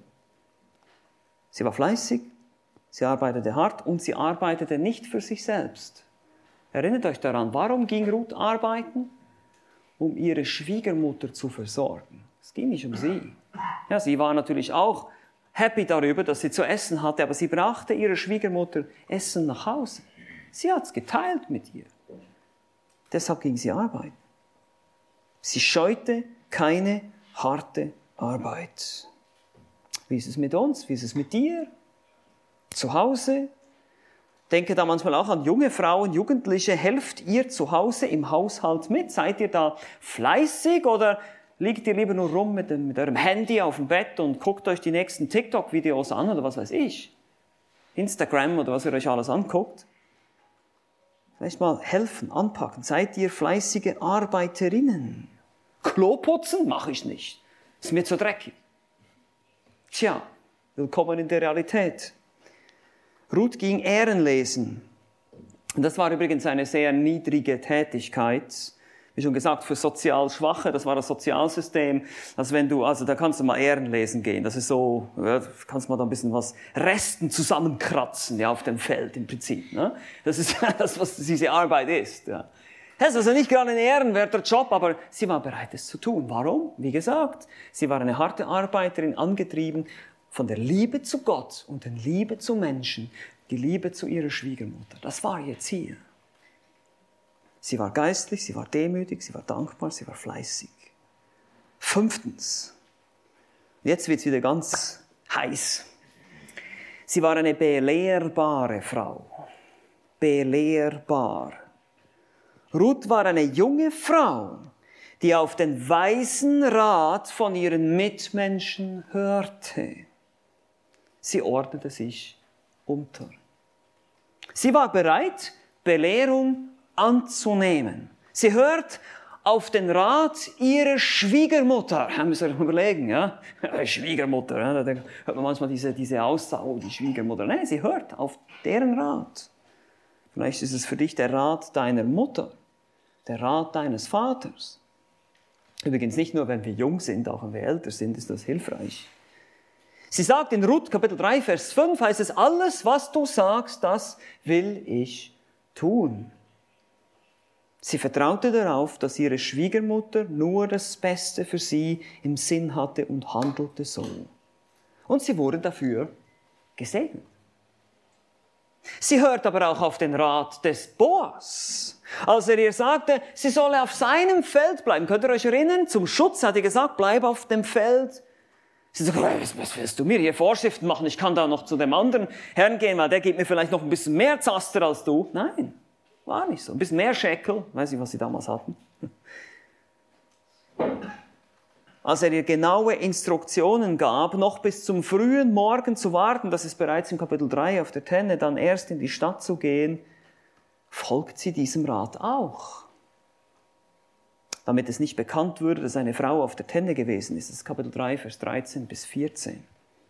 Sie war fleißig, sie arbeitete hart und sie arbeitete nicht für sich selbst. Erinnert euch daran, warum ging Ruth arbeiten? Um ihre Schwiegermutter zu versorgen. Es ging nicht um sie. Ja, sie war natürlich auch happy darüber, dass sie zu essen hatte, aber sie brachte ihrer Schwiegermutter Essen nach Hause. Sie hat es geteilt mit ihr. Deshalb ging sie arbeiten. Sie scheute keine harte Arbeit. Wie ist es mit uns? Wie ist es mit dir? Zu Hause? Denke da manchmal auch an junge Frauen, Jugendliche. Helft ihr zu Hause im Haushalt mit? Seid ihr da fleißig oder liegt ihr lieber nur rum mit, dem, mit eurem Handy auf dem Bett und guckt euch die nächsten TikTok-Videos an oder was weiß ich? Instagram oder was ihr euch alles anguckt? Vielleicht mal helfen, anpacken. Seid ihr fleißige Arbeiterinnen? Klo putzen? Mache ich nicht. Ist mir zu dreckig. Tja, willkommen in der Realität. Ruth ging Ähren lesen. Und das war übrigens eine sehr niedrige Tätigkeit. Wie schon gesagt, für sozial Schwache, das war das Sozialsystem. Also wenn du, also da kannst du mal Ähren lesen gehen. Das ist so, ja, kannst mal da ein bisschen was Resten zusammenkratzen, ja, auf dem Feld im Prinzip. Ne? Das ist das, was diese Arbeit ist. Ja. Das ist also nicht gerade ein ehrenwerter Job, aber sie war bereit, es zu tun. Warum? Wie gesagt, sie war eine harte Arbeiterin, angetrieben von der Liebe zu Gott und der Liebe zu Menschen, die Liebe zu ihrer Schwiegermutter. Das war ihr Ziel. Sie war geistlich, sie war demütig, sie war dankbar, sie war fleißig. Fünftens, jetzt wird es wieder ganz heiß. Sie war eine belehrbare Frau. Belehrbar. Ruth war eine junge Frau, die auf den weisen Rat von ihren Mitmenschen hörte. Sie ordnete sich unter. Sie war bereit, Belehrung anzunehmen. Sie hört auf den Rat ihrer Schwiegermutter. Da müsst ihr euch überlegen, ja? Schwiegermutter, ja? Da hört man manchmal diese, diese Aussage, oh, die Schwiegermutter. Nein, sie hört auf deren Rat. Vielleicht ist es für dich der Rat deiner Mutter, der Rat deines Vaters. Übrigens nicht nur, wenn wir jung sind, auch wenn wir älter sind, ist das hilfreich. Sie sagt in Ruth Kapitel drei, Vers fünf, heißt es, alles, was du sagst, das will ich tun. Sie vertraute darauf, dass ihre Schwiegermutter nur das Beste für sie im Sinn hatte und handelte so. Und sie wurde dafür gesegnet. Sie hört aber auch auf den Rat des Boas. Als er ihr sagte, sie solle auf seinem Feld bleiben. Könnt ihr euch erinnern? Zum Schutz hat er gesagt, bleib auf dem Feld. Sie sagt, was willst du mir hier Vorschriften machen? Ich kann da noch zu dem anderen Herrn gehen, weil der gibt mir vielleicht noch ein bisschen mehr Zaster als du. Nein, war nicht so. Ein bisschen mehr Scheckel. Weiß nicht, was sie damals hatten. Als er ihr genaue Instruktionen gab, noch bis zum frühen Morgen zu warten, das ist bereits im Kapitel drei auf der Tenne, dann erst in die Stadt zu gehen, folgt sie diesem Rat auch. Damit es nicht bekannt würde, dass eine Frau auf der Tenne gewesen ist. Das ist Kapitel drei, Vers dreizehn bis vierzehn.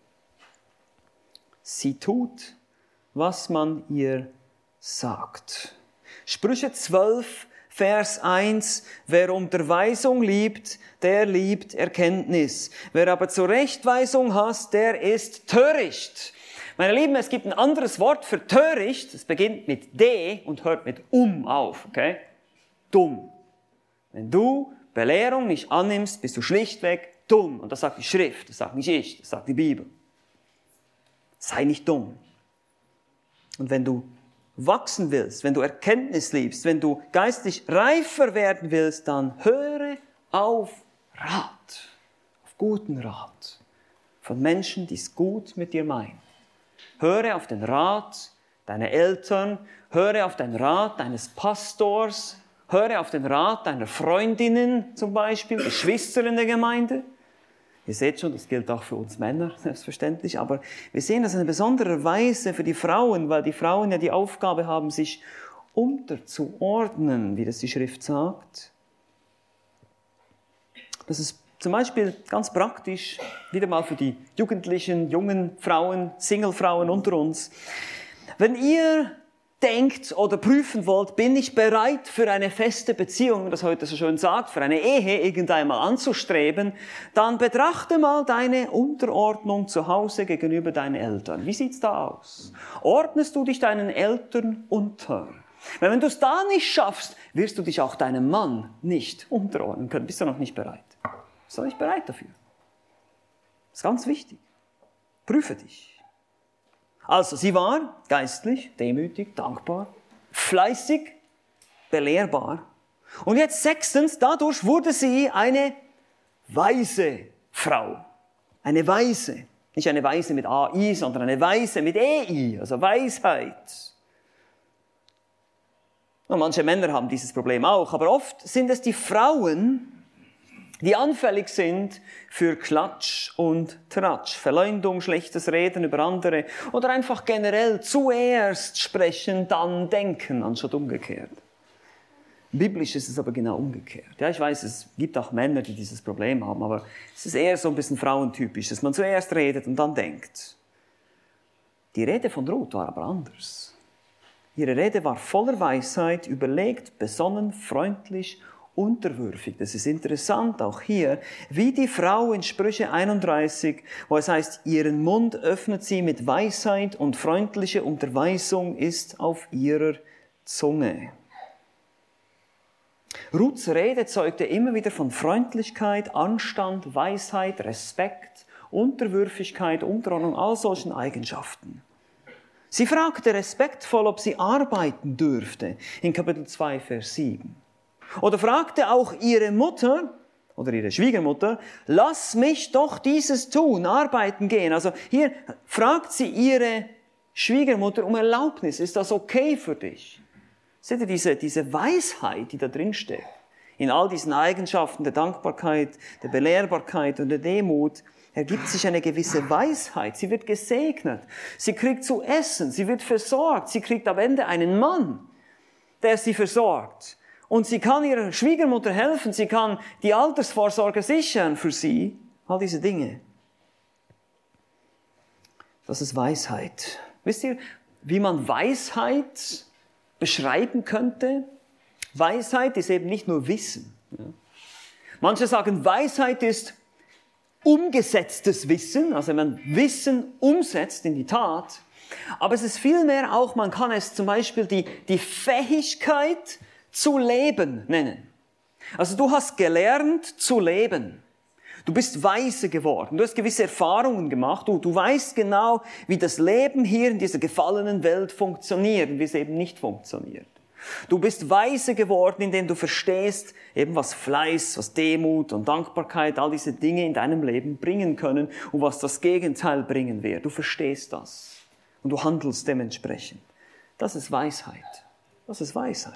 Sie tut, was man ihr sagt. Sprüche zwölf, Vers eins, wer Unterweisung liebt, der liebt Erkenntnis. Wer aber Zurechtweisung hasst, der ist töricht. Meine Lieben, es gibt ein anderes Wort für töricht. Es beginnt mit D und hört mit um auf. Okay? Dumm. Wenn du Belehrung nicht annimmst, bist du schlichtweg dumm. Und das sagt die Schrift, das sagt nicht ich, das sagt die Bibel. Sei nicht dumm. Und wenn du wachsen willst, wenn du Erkenntnis liebst, wenn du geistlich reifer werden willst, dann höre auf Rat, auf guten Rat von Menschen, die es gut mit dir meinen. Höre auf den Rat deiner Eltern, höre auf den Rat deines Pastors, höre auf den Rat deiner Freundinnen zum Beispiel, Geschwister in der Gemeinde. Ihr seht schon, das gilt auch für uns Männer, selbstverständlich, aber wir sehen das in besonderer Weise für die Frauen, weil die Frauen ja die Aufgabe haben, sich unterzuordnen, wie das die Schrift sagt. Das ist Zum Beispiel ganz praktisch, wieder mal für die jugendlichen, jungen Frauen, Singlefrauen unter uns. Wenn ihr denkt oder prüfen wollt, bin ich bereit für eine feste Beziehung, das heute so schön sagt, für eine Ehe irgendeinmal anzustreben, dann betrachte mal deine Unterordnung zu Hause gegenüber deinen Eltern. Wie sieht's da aus? Ordnest du dich deinen Eltern unter? Wenn du es da nicht schaffst, wirst du dich auch deinem Mann nicht unterordnen können. Bist du noch nicht bereit? Bist du noch nicht bereit dafür? Das ist ganz wichtig. Prüfe dich. Also, sie war geistlich, demütig, dankbar, fleißig, belehrbar. Und jetzt sechstens, dadurch wurde sie eine weise Frau. Eine Weise. Nicht eine Weise mit A I, sondern eine Weise mit E I, also Weisheit. Und manche Männer haben dieses Problem auch, aber oft sind es die Frauen, die anfällig sind für Klatsch und Tratsch, Verleumdung, schlechtes Reden über andere oder einfach generell zuerst sprechen, dann denken, anstatt umgekehrt. Biblisch ist es aber genau umgekehrt. Ja, ich weiß, es gibt auch Männer, die dieses Problem haben, aber es ist eher so ein bisschen frauentypisch, dass man zuerst redet und dann denkt. Die Rede von Ruth war aber anders. Ihre Rede war voller Weisheit, überlegt, besonnen, freundlich, unterwürfig. Das ist interessant auch hier, wie die Frau in Sprüche einunddreißig, wo es heißt, ihren Mund öffnet sie mit Weisheit und freundliche Unterweisung ist auf ihrer Zunge. Ruths Rede zeugte immer wieder von Freundlichkeit, Anstand, Weisheit, Respekt, Unterwürfigkeit, Unterordnung, all solchen Eigenschaften. Sie fragte respektvoll, ob sie arbeiten dürfte, in Kapitel zwei, Vers sieben. Oder fragte auch ihre Mutter oder ihre Schwiegermutter, lass mich doch dieses tun, arbeiten gehen. Also hier fragt sie ihre Schwiegermutter um Erlaubnis. Ist das okay für dich? Seht ihr diese, diese Weisheit, die da drin steckt? In all diesen Eigenschaften der Dankbarkeit, der Belehrbarkeit und der Demut ergibt sich eine gewisse Weisheit. Sie wird gesegnet. Sie kriegt zu essen. Sie wird versorgt. Sie kriegt am Ende einen Mann, der sie versorgt. Und sie kann ihrer Schwiegermutter helfen, sie kann die Altersvorsorge sichern für sie. All diese Dinge. Das ist Weisheit. Wisst ihr, wie man Weisheit beschreiben könnte? Weisheit ist eben nicht nur Wissen. Manche sagen, Weisheit ist umgesetztes Wissen, also wenn man Wissen umsetzt in die Tat. Aber es ist vielmehr auch, man kann es zum Beispiel die, die Fähigkeit zu leben nennen. Also du hast gelernt zu leben. Du bist weise geworden. Du hast gewisse Erfahrungen gemacht. Du, du weißt genau, wie das Leben hier in dieser gefallenen Welt funktioniert und wie es eben nicht funktioniert. Du bist weise geworden, indem du verstehst, eben was Fleiß, was Demut und Dankbarkeit, all diese Dinge in deinem Leben bringen können und was das Gegenteil bringen wird. Du verstehst das und du handelst dementsprechend. Das ist Weisheit. Das ist Weisheit.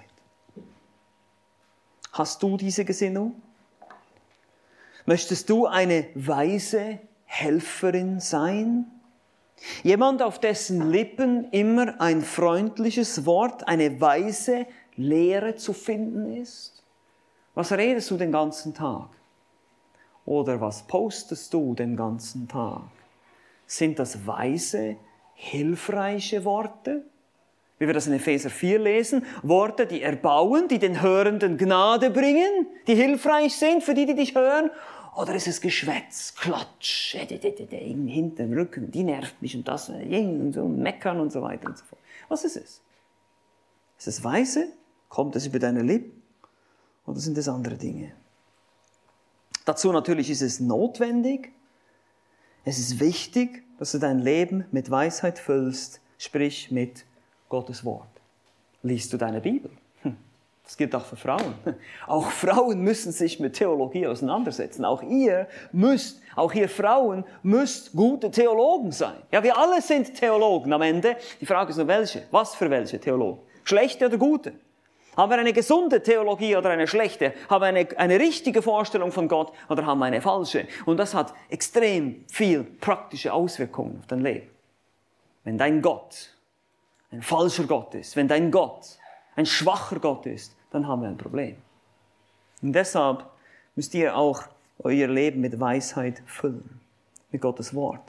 Hast du diese Gesinnung? Möchtest du eine weise Helferin sein? Jemand, auf dessen Lippen immer ein freundliches Wort, eine weise Lehre zu finden ist? Was redest du den ganzen Tag? Oder was postest du den ganzen Tag? Sind das weise, hilfreiche Worte? Wie wir das in Epheser vier lesen, Worte, die erbauen, die den Hörenden Gnade bringen, die hilfreich sind für die, die dich hören? Oder ist es Geschwätz, Klatsch, hinter dem Rücken, die nervt mich und das, und so, meckern und so weiter und so fort. Was ist es? Ist es weise? Kommt es über deine Lippen? Oder sind es andere Dinge? Dazu natürlich ist es notwendig. Es ist wichtig, dass du dein Leben mit Weisheit füllst, sprich mit Gottes Wort. Liest du deine Bibel? Das gilt auch für Frauen. Auch Frauen müssen sich mit Theologie auseinandersetzen. Auch ihr müsst, auch ihr Frauen müsst gute Theologen sein. Ja, wir alle sind Theologen am Ende. Die Frage ist nur welche. Was für welche Theologen? Schlechte oder gute? Haben wir eine gesunde Theologie oder eine schlechte? Haben wir eine, eine richtige Vorstellung von Gott oder haben wir eine falsche? Und das hat extrem viel praktische Auswirkungen auf dein Leben. Wenn dein Gott ein falscher Gott ist, wenn dein Gott ein schwacher Gott ist, dann haben wir ein Problem. Und deshalb müsst ihr auch euer Leben mit Weisheit füllen, mit Gottes Wort.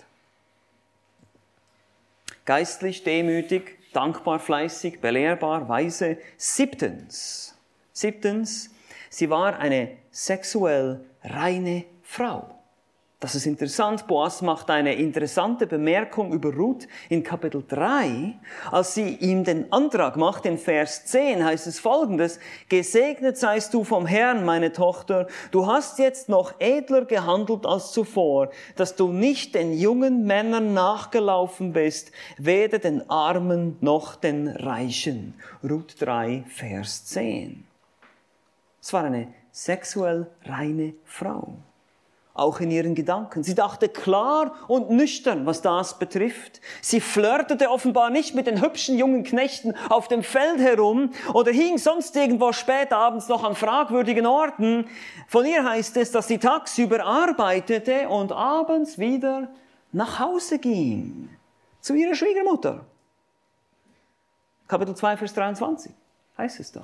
Geistlich, demütig, dankbar, fleißig, belehrbar, weise. Siebtens, siebtens, sie war eine sexuell reine Frau. Das ist interessant. Boas macht eine interessante Bemerkung über Ruth in Kapitel drei. Als sie ihm den Antrag macht, in Vers zehn heißt es Folgendes: Gesegnet seist du vom Herrn, meine Tochter. Du hast jetzt noch edler gehandelt als zuvor, dass du nicht den jungen Männern nachgelaufen bist, weder den Armen noch den Reichen. Ruth drei, Vers zehn. Es war eine sexuell reine Frau. Auch in ihren Gedanken. Sie dachte klar und nüchtern, was das betrifft. Sie flirtete offenbar nicht mit den hübschen jungen Knechten auf dem Feld herum oder hing sonst irgendwo spät abends noch an fragwürdigen Orten. Von ihr heißt es, dass sie tagsüber arbeitete und abends wieder nach Hause ging. Zu ihrer Schwiegermutter. Kapitel zwei, Vers dreiundzwanzig heißt es da.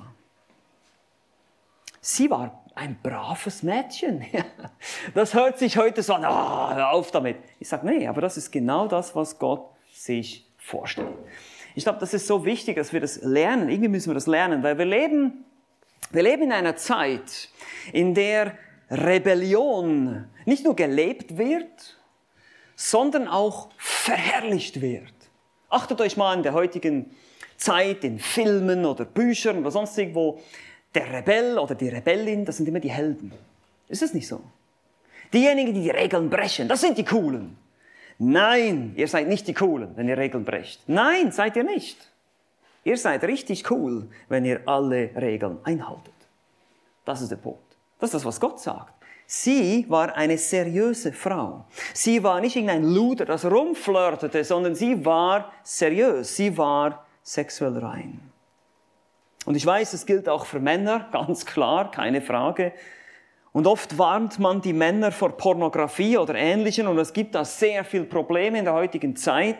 Sie war ein braves Mädchen. Das hört sich heute so an, oh, hör auf damit. Ich sage, nee, aber das ist genau das, was Gott sich vorstellt. Ich glaube, das ist so wichtig, dass wir das lernen. Irgendwie müssen wir das lernen, weil wir leben, wir leben in einer Zeit, in der Rebellion nicht nur gelebt wird, sondern auch verherrlicht wird. Achtet euch mal in der heutigen Zeit in Filmen oder Büchern oder sonst irgendwo, der Rebell oder die Rebellin, das sind immer die Helden. Ist es nicht so? Diejenigen, die die Regeln brechen, das sind die Coolen. Nein, ihr seid nicht die Coolen, wenn ihr Regeln brecht. Nein, seid ihr nicht. Ihr seid richtig cool, wenn ihr alle Regeln einhaltet. Das ist der Punkt. Das ist das, was Gott sagt. Sie war eine seriöse Frau. Sie war nicht irgendein Luder, das rumflirtete, sondern sie war seriös. Sie war sexuell rein. Und ich weiß, es gilt auch für Männer, ganz klar, keine Frage. Und oft warnt man die Männer vor Pornografie oder Ähnlichem und es gibt da sehr viele Probleme in der heutigen Zeit.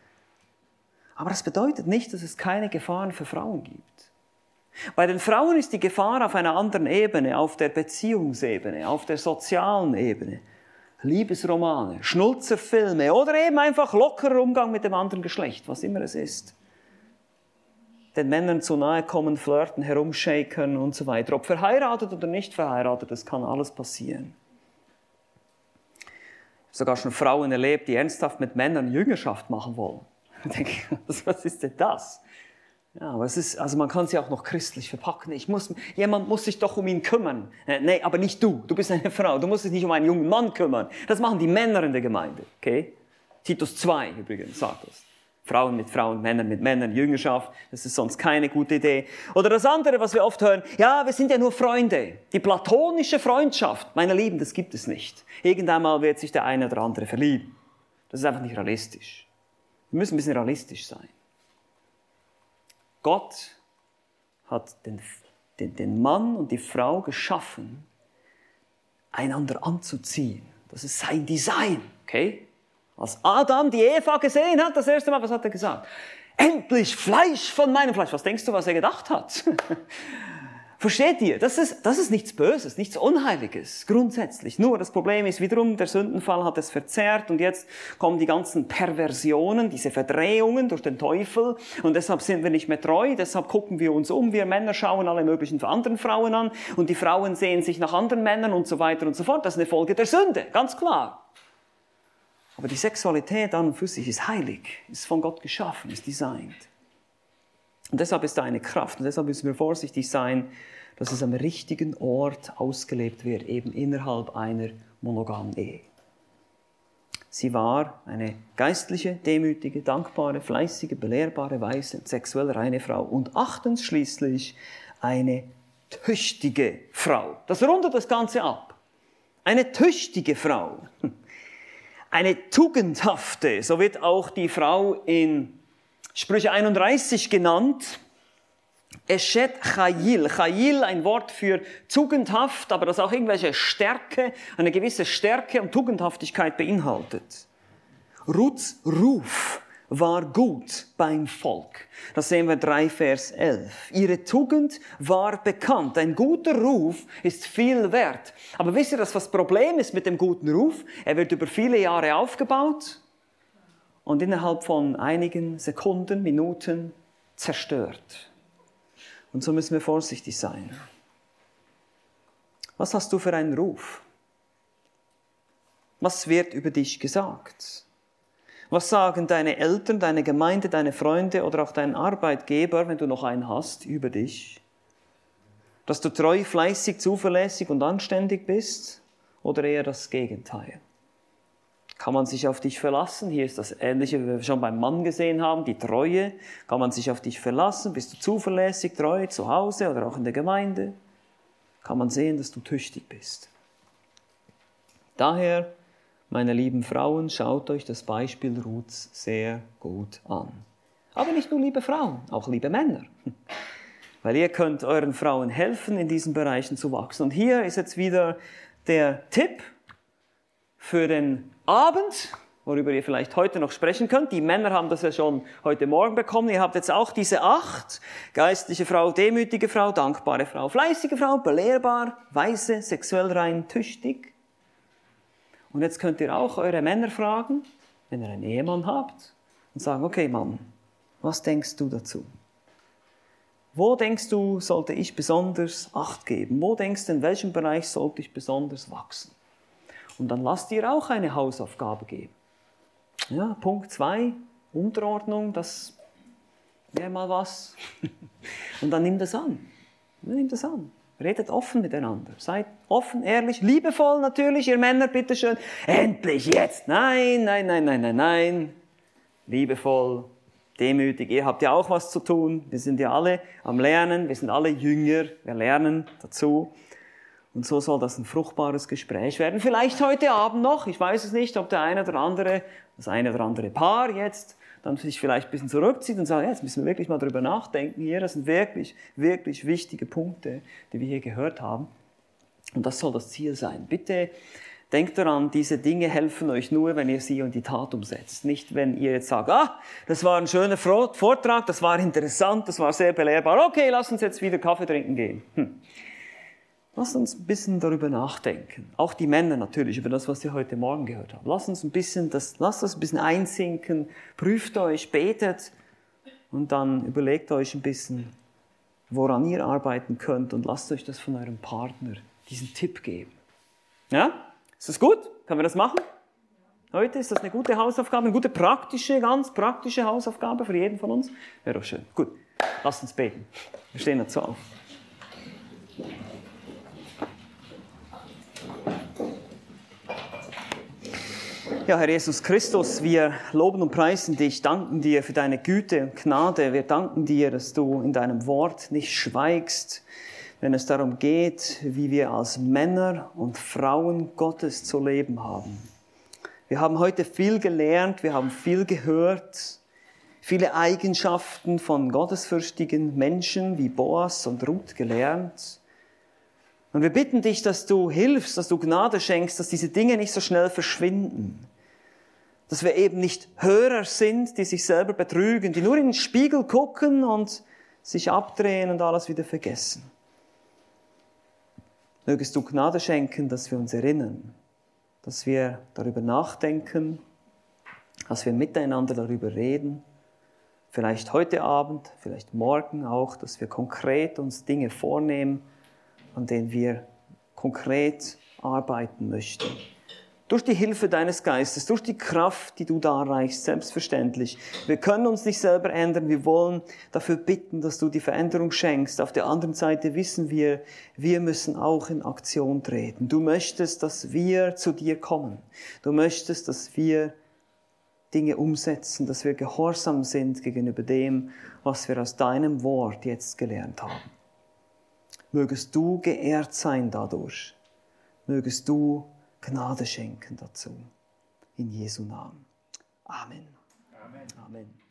Aber das bedeutet nicht, dass es keine Gefahren für Frauen gibt. Bei den Frauen ist die Gefahr auf einer anderen Ebene, auf der Beziehungsebene, auf der sozialen Ebene. Liebesromane, Schnulzerfilme oder eben einfach lockerer Umgang mit dem anderen Geschlecht, was immer es ist. Den Männern zu nahe kommen, flirten, herumshaken und so weiter. Ob verheiratet oder nicht verheiratet, das kann alles passieren. Ich habe sogar schon Frauen erlebt, die ernsthaft mit Männern Jüngerschaft machen wollen. Ich denke, was ist denn das? Ja, aber es ist, also man kann sie auch noch christlich verpacken. Ich muss, jemand muss sich doch um ihn kümmern. Äh, nee, aber nicht du. Du bist eine Frau. Du musst dich nicht um einen jungen Mann kümmern. Das machen die Männer in der Gemeinde. Okay? Titus zwei übrigens sagt das. Frauen mit Frauen, Männer mit Männern, Jüngerschaft, das ist sonst keine gute Idee. Oder das andere, was wir oft hören, ja, wir sind ja nur Freunde. Die platonische Freundschaft, meine Lieben, das gibt es nicht. Irgendeinmal wird sich der eine oder andere verlieben. Das ist einfach nicht realistisch. Wir müssen ein bisschen realistisch sein. Gott hat den, den, den Mann und die Frau geschaffen, einander anzuziehen. Das ist sein Design, okay? Als Adam die Eva gesehen hat, das erste Mal, was hat er gesagt? Endlich Fleisch von meinem Fleisch. Was denkst du, was er gedacht hat? Versteht ihr? Das ist, das ist nichts Böses, nichts Unheiliges, grundsätzlich. Nur das Problem ist wiederum, der Sündenfall hat es verzerrt und jetzt kommen die ganzen Perversionen, diese Verdrehungen durch den Teufel und deshalb sind wir nicht mehr treu, deshalb gucken wir uns um, wir Männer schauen alle möglichen anderen Frauen an und die Frauen sehen sich nach anderen Männern und so weiter und so fort. Das ist eine Folge der Sünde, ganz klar. Aber die Sexualität an und für sich ist heilig, ist von Gott geschaffen, ist designt. Und deshalb ist da eine Kraft und deshalb müssen wir vorsichtig sein, dass es am richtigen Ort ausgelebt wird, eben innerhalb einer monogamen Ehe. Sie war eine geistliche, demütige, dankbare, fleißige, belehrbare, weise, sexuell reine Frau und achtens schließlich eine tüchtige Frau. Das rundet das Ganze ab. Eine tüchtige Frau. Eine tugendhafte, so wird auch die Frau in Sprüche einunddreißig genannt. Eshet Chayil. Chayil, ein Wort für tugendhaft, aber das auch irgendwelche Stärke, eine gewisse Stärke und Tugendhaftigkeit beinhaltet. Ruths Ruf war gut beim Volk. Das sehen wir drei Vers elf. Ihre Tugend war bekannt. Ein guter Ruf ist viel wert. Aber wisst ihr, dass das Problem ist mit dem guten Ruf? Er wird über viele Jahre aufgebaut und innerhalb von einigen Sekunden, Minuten zerstört. Und so müssen wir vorsichtig sein. Was hast du für einen Ruf? Was wird über dich gesagt? Was sagen deine Eltern, deine Gemeinde, deine Freunde oder auch dein Arbeitgeber, wenn du noch einen hast, über dich? Dass du treu, fleißig, zuverlässig und anständig bist oder eher das Gegenteil? Kann man sich auf dich verlassen? Hier ist das Ähnliche, wie wir schon beim Mann gesehen haben, die Treue. Kann man sich auf dich verlassen? Bist du zuverlässig, treu, zu Hause oder auch in der Gemeinde? Kann man sehen, dass du tüchtig bist. Daher, meine lieben Frauen, schaut euch das Beispiel Ruths sehr gut an. Aber nicht nur liebe Frauen, auch liebe Männer. Weil ihr könnt euren Frauen helfen, in diesen Bereichen zu wachsen. Und hier ist jetzt wieder der Tipp für den Abend, worüber ihr vielleicht heute noch sprechen könnt. Die Männer haben das ja schon heute Morgen bekommen. Ihr habt jetzt auch diese acht. Geistliche Frau, demütige Frau, dankbare Frau, fleißige Frau, belehrbar, weise, sexuell rein, tüchtig. Und jetzt könnt ihr auch eure Männer fragen, wenn ihr einen Ehemann habt, und sagen, okay Mann, was denkst du dazu? Wo denkst du, sollte ich besonders Acht geben? Wo denkst du, in welchem Bereich sollte ich besonders wachsen? Und dann lasst ihr auch eine Hausaufgabe geben. Ja, Punkt zwei, Unterordnung, das wäre mal was. Und dann nimm das an. Nimm das an. Redet offen miteinander. Seid offen, ehrlich, liebevoll natürlich, ihr Männer, bitteschön. Endlich jetzt. Nein, nein, nein, nein, nein, nein. Liebevoll, demütig. Ihr habt ja auch was zu tun. Wir sind ja alle am Lernen. Wir sind alle Jünger. Wir lernen dazu. Und so soll das ein fruchtbares Gespräch werden. Vielleicht heute Abend noch. Ich weiß es nicht, ob der eine oder andere, das eine oder andere Paar jetzt dann sich vielleicht ein bisschen zurückzieht und sagt, ja, jetzt müssen wir wirklich mal drüber nachdenken hier. Das sind wirklich, wirklich wichtige Punkte, die wir hier gehört haben. Und das soll das Ziel sein. Bitte denkt daran, diese Dinge helfen euch nur, wenn ihr sie in die Tat umsetzt. Nicht, wenn ihr jetzt sagt, ah, das war ein schöner Vortrag, das war interessant, das war sehr belehrbar. Okay, lass uns jetzt wieder Kaffee trinken gehen. Hm. Lasst uns ein bisschen darüber nachdenken. Auch die Männer natürlich, über das, was ihr heute Morgen gehört habt. Lasst uns ein bisschen, das, lasst das ein bisschen einsinken, prüft euch, betet und dann überlegt euch ein bisschen, woran ihr arbeiten könnt und lasst euch das von eurem Partner, diesen Tipp geben. Ja? Ist das gut? Können wir das machen? Heute ist das eine gute Hausaufgabe, eine gute praktische, ganz praktische Hausaufgabe für jeden von uns. Wäre doch schön. Gut, lasst uns beten. Wir stehen dazu auf. Ja, Herr Jesus Christus, wir loben und preisen dich, danken dir für deine Güte und Gnade. Wir danken dir, dass du in deinem Wort nicht schweigst, wenn es darum geht, wie wir als Männer und Frauen Gottes zu leben haben. Wir haben heute viel gelernt, wir haben viel gehört, viele Eigenschaften von gottesfürchtigen Menschen wie Boas und Ruth gelernt. Und wir bitten dich, dass du hilfst, dass du Gnade schenkst, dass diese Dinge nicht so schnell verschwinden. Dass wir eben nicht Hörer sind, die sich selber betrügen, die nur in den Spiegel gucken und sich abdrehen und alles wieder vergessen. Mögest du Gnade schenken, dass wir uns erinnern, dass wir darüber nachdenken, dass wir miteinander darüber reden, vielleicht heute Abend, vielleicht morgen auch, dass wir konkret uns Dinge vornehmen, an denen wir konkret arbeiten möchten. Durch die Hilfe deines Geistes, durch die Kraft, die du darreichst, selbstverständlich. Wir können uns nicht selber ändern, wir wollen dafür bitten, dass du die Veränderung schenkst. Auf der anderen Seite wissen wir, wir müssen auch in Aktion treten. Du möchtest, dass wir zu dir kommen. Du möchtest, dass wir Dinge umsetzen, dass wir gehorsam sind gegenüber dem, was wir aus deinem Wort jetzt gelernt haben. Mögest du geehrt sein dadurch. Mögest du Gnade schenken dazu. In Jesu Namen. Amen. Amen. Amen.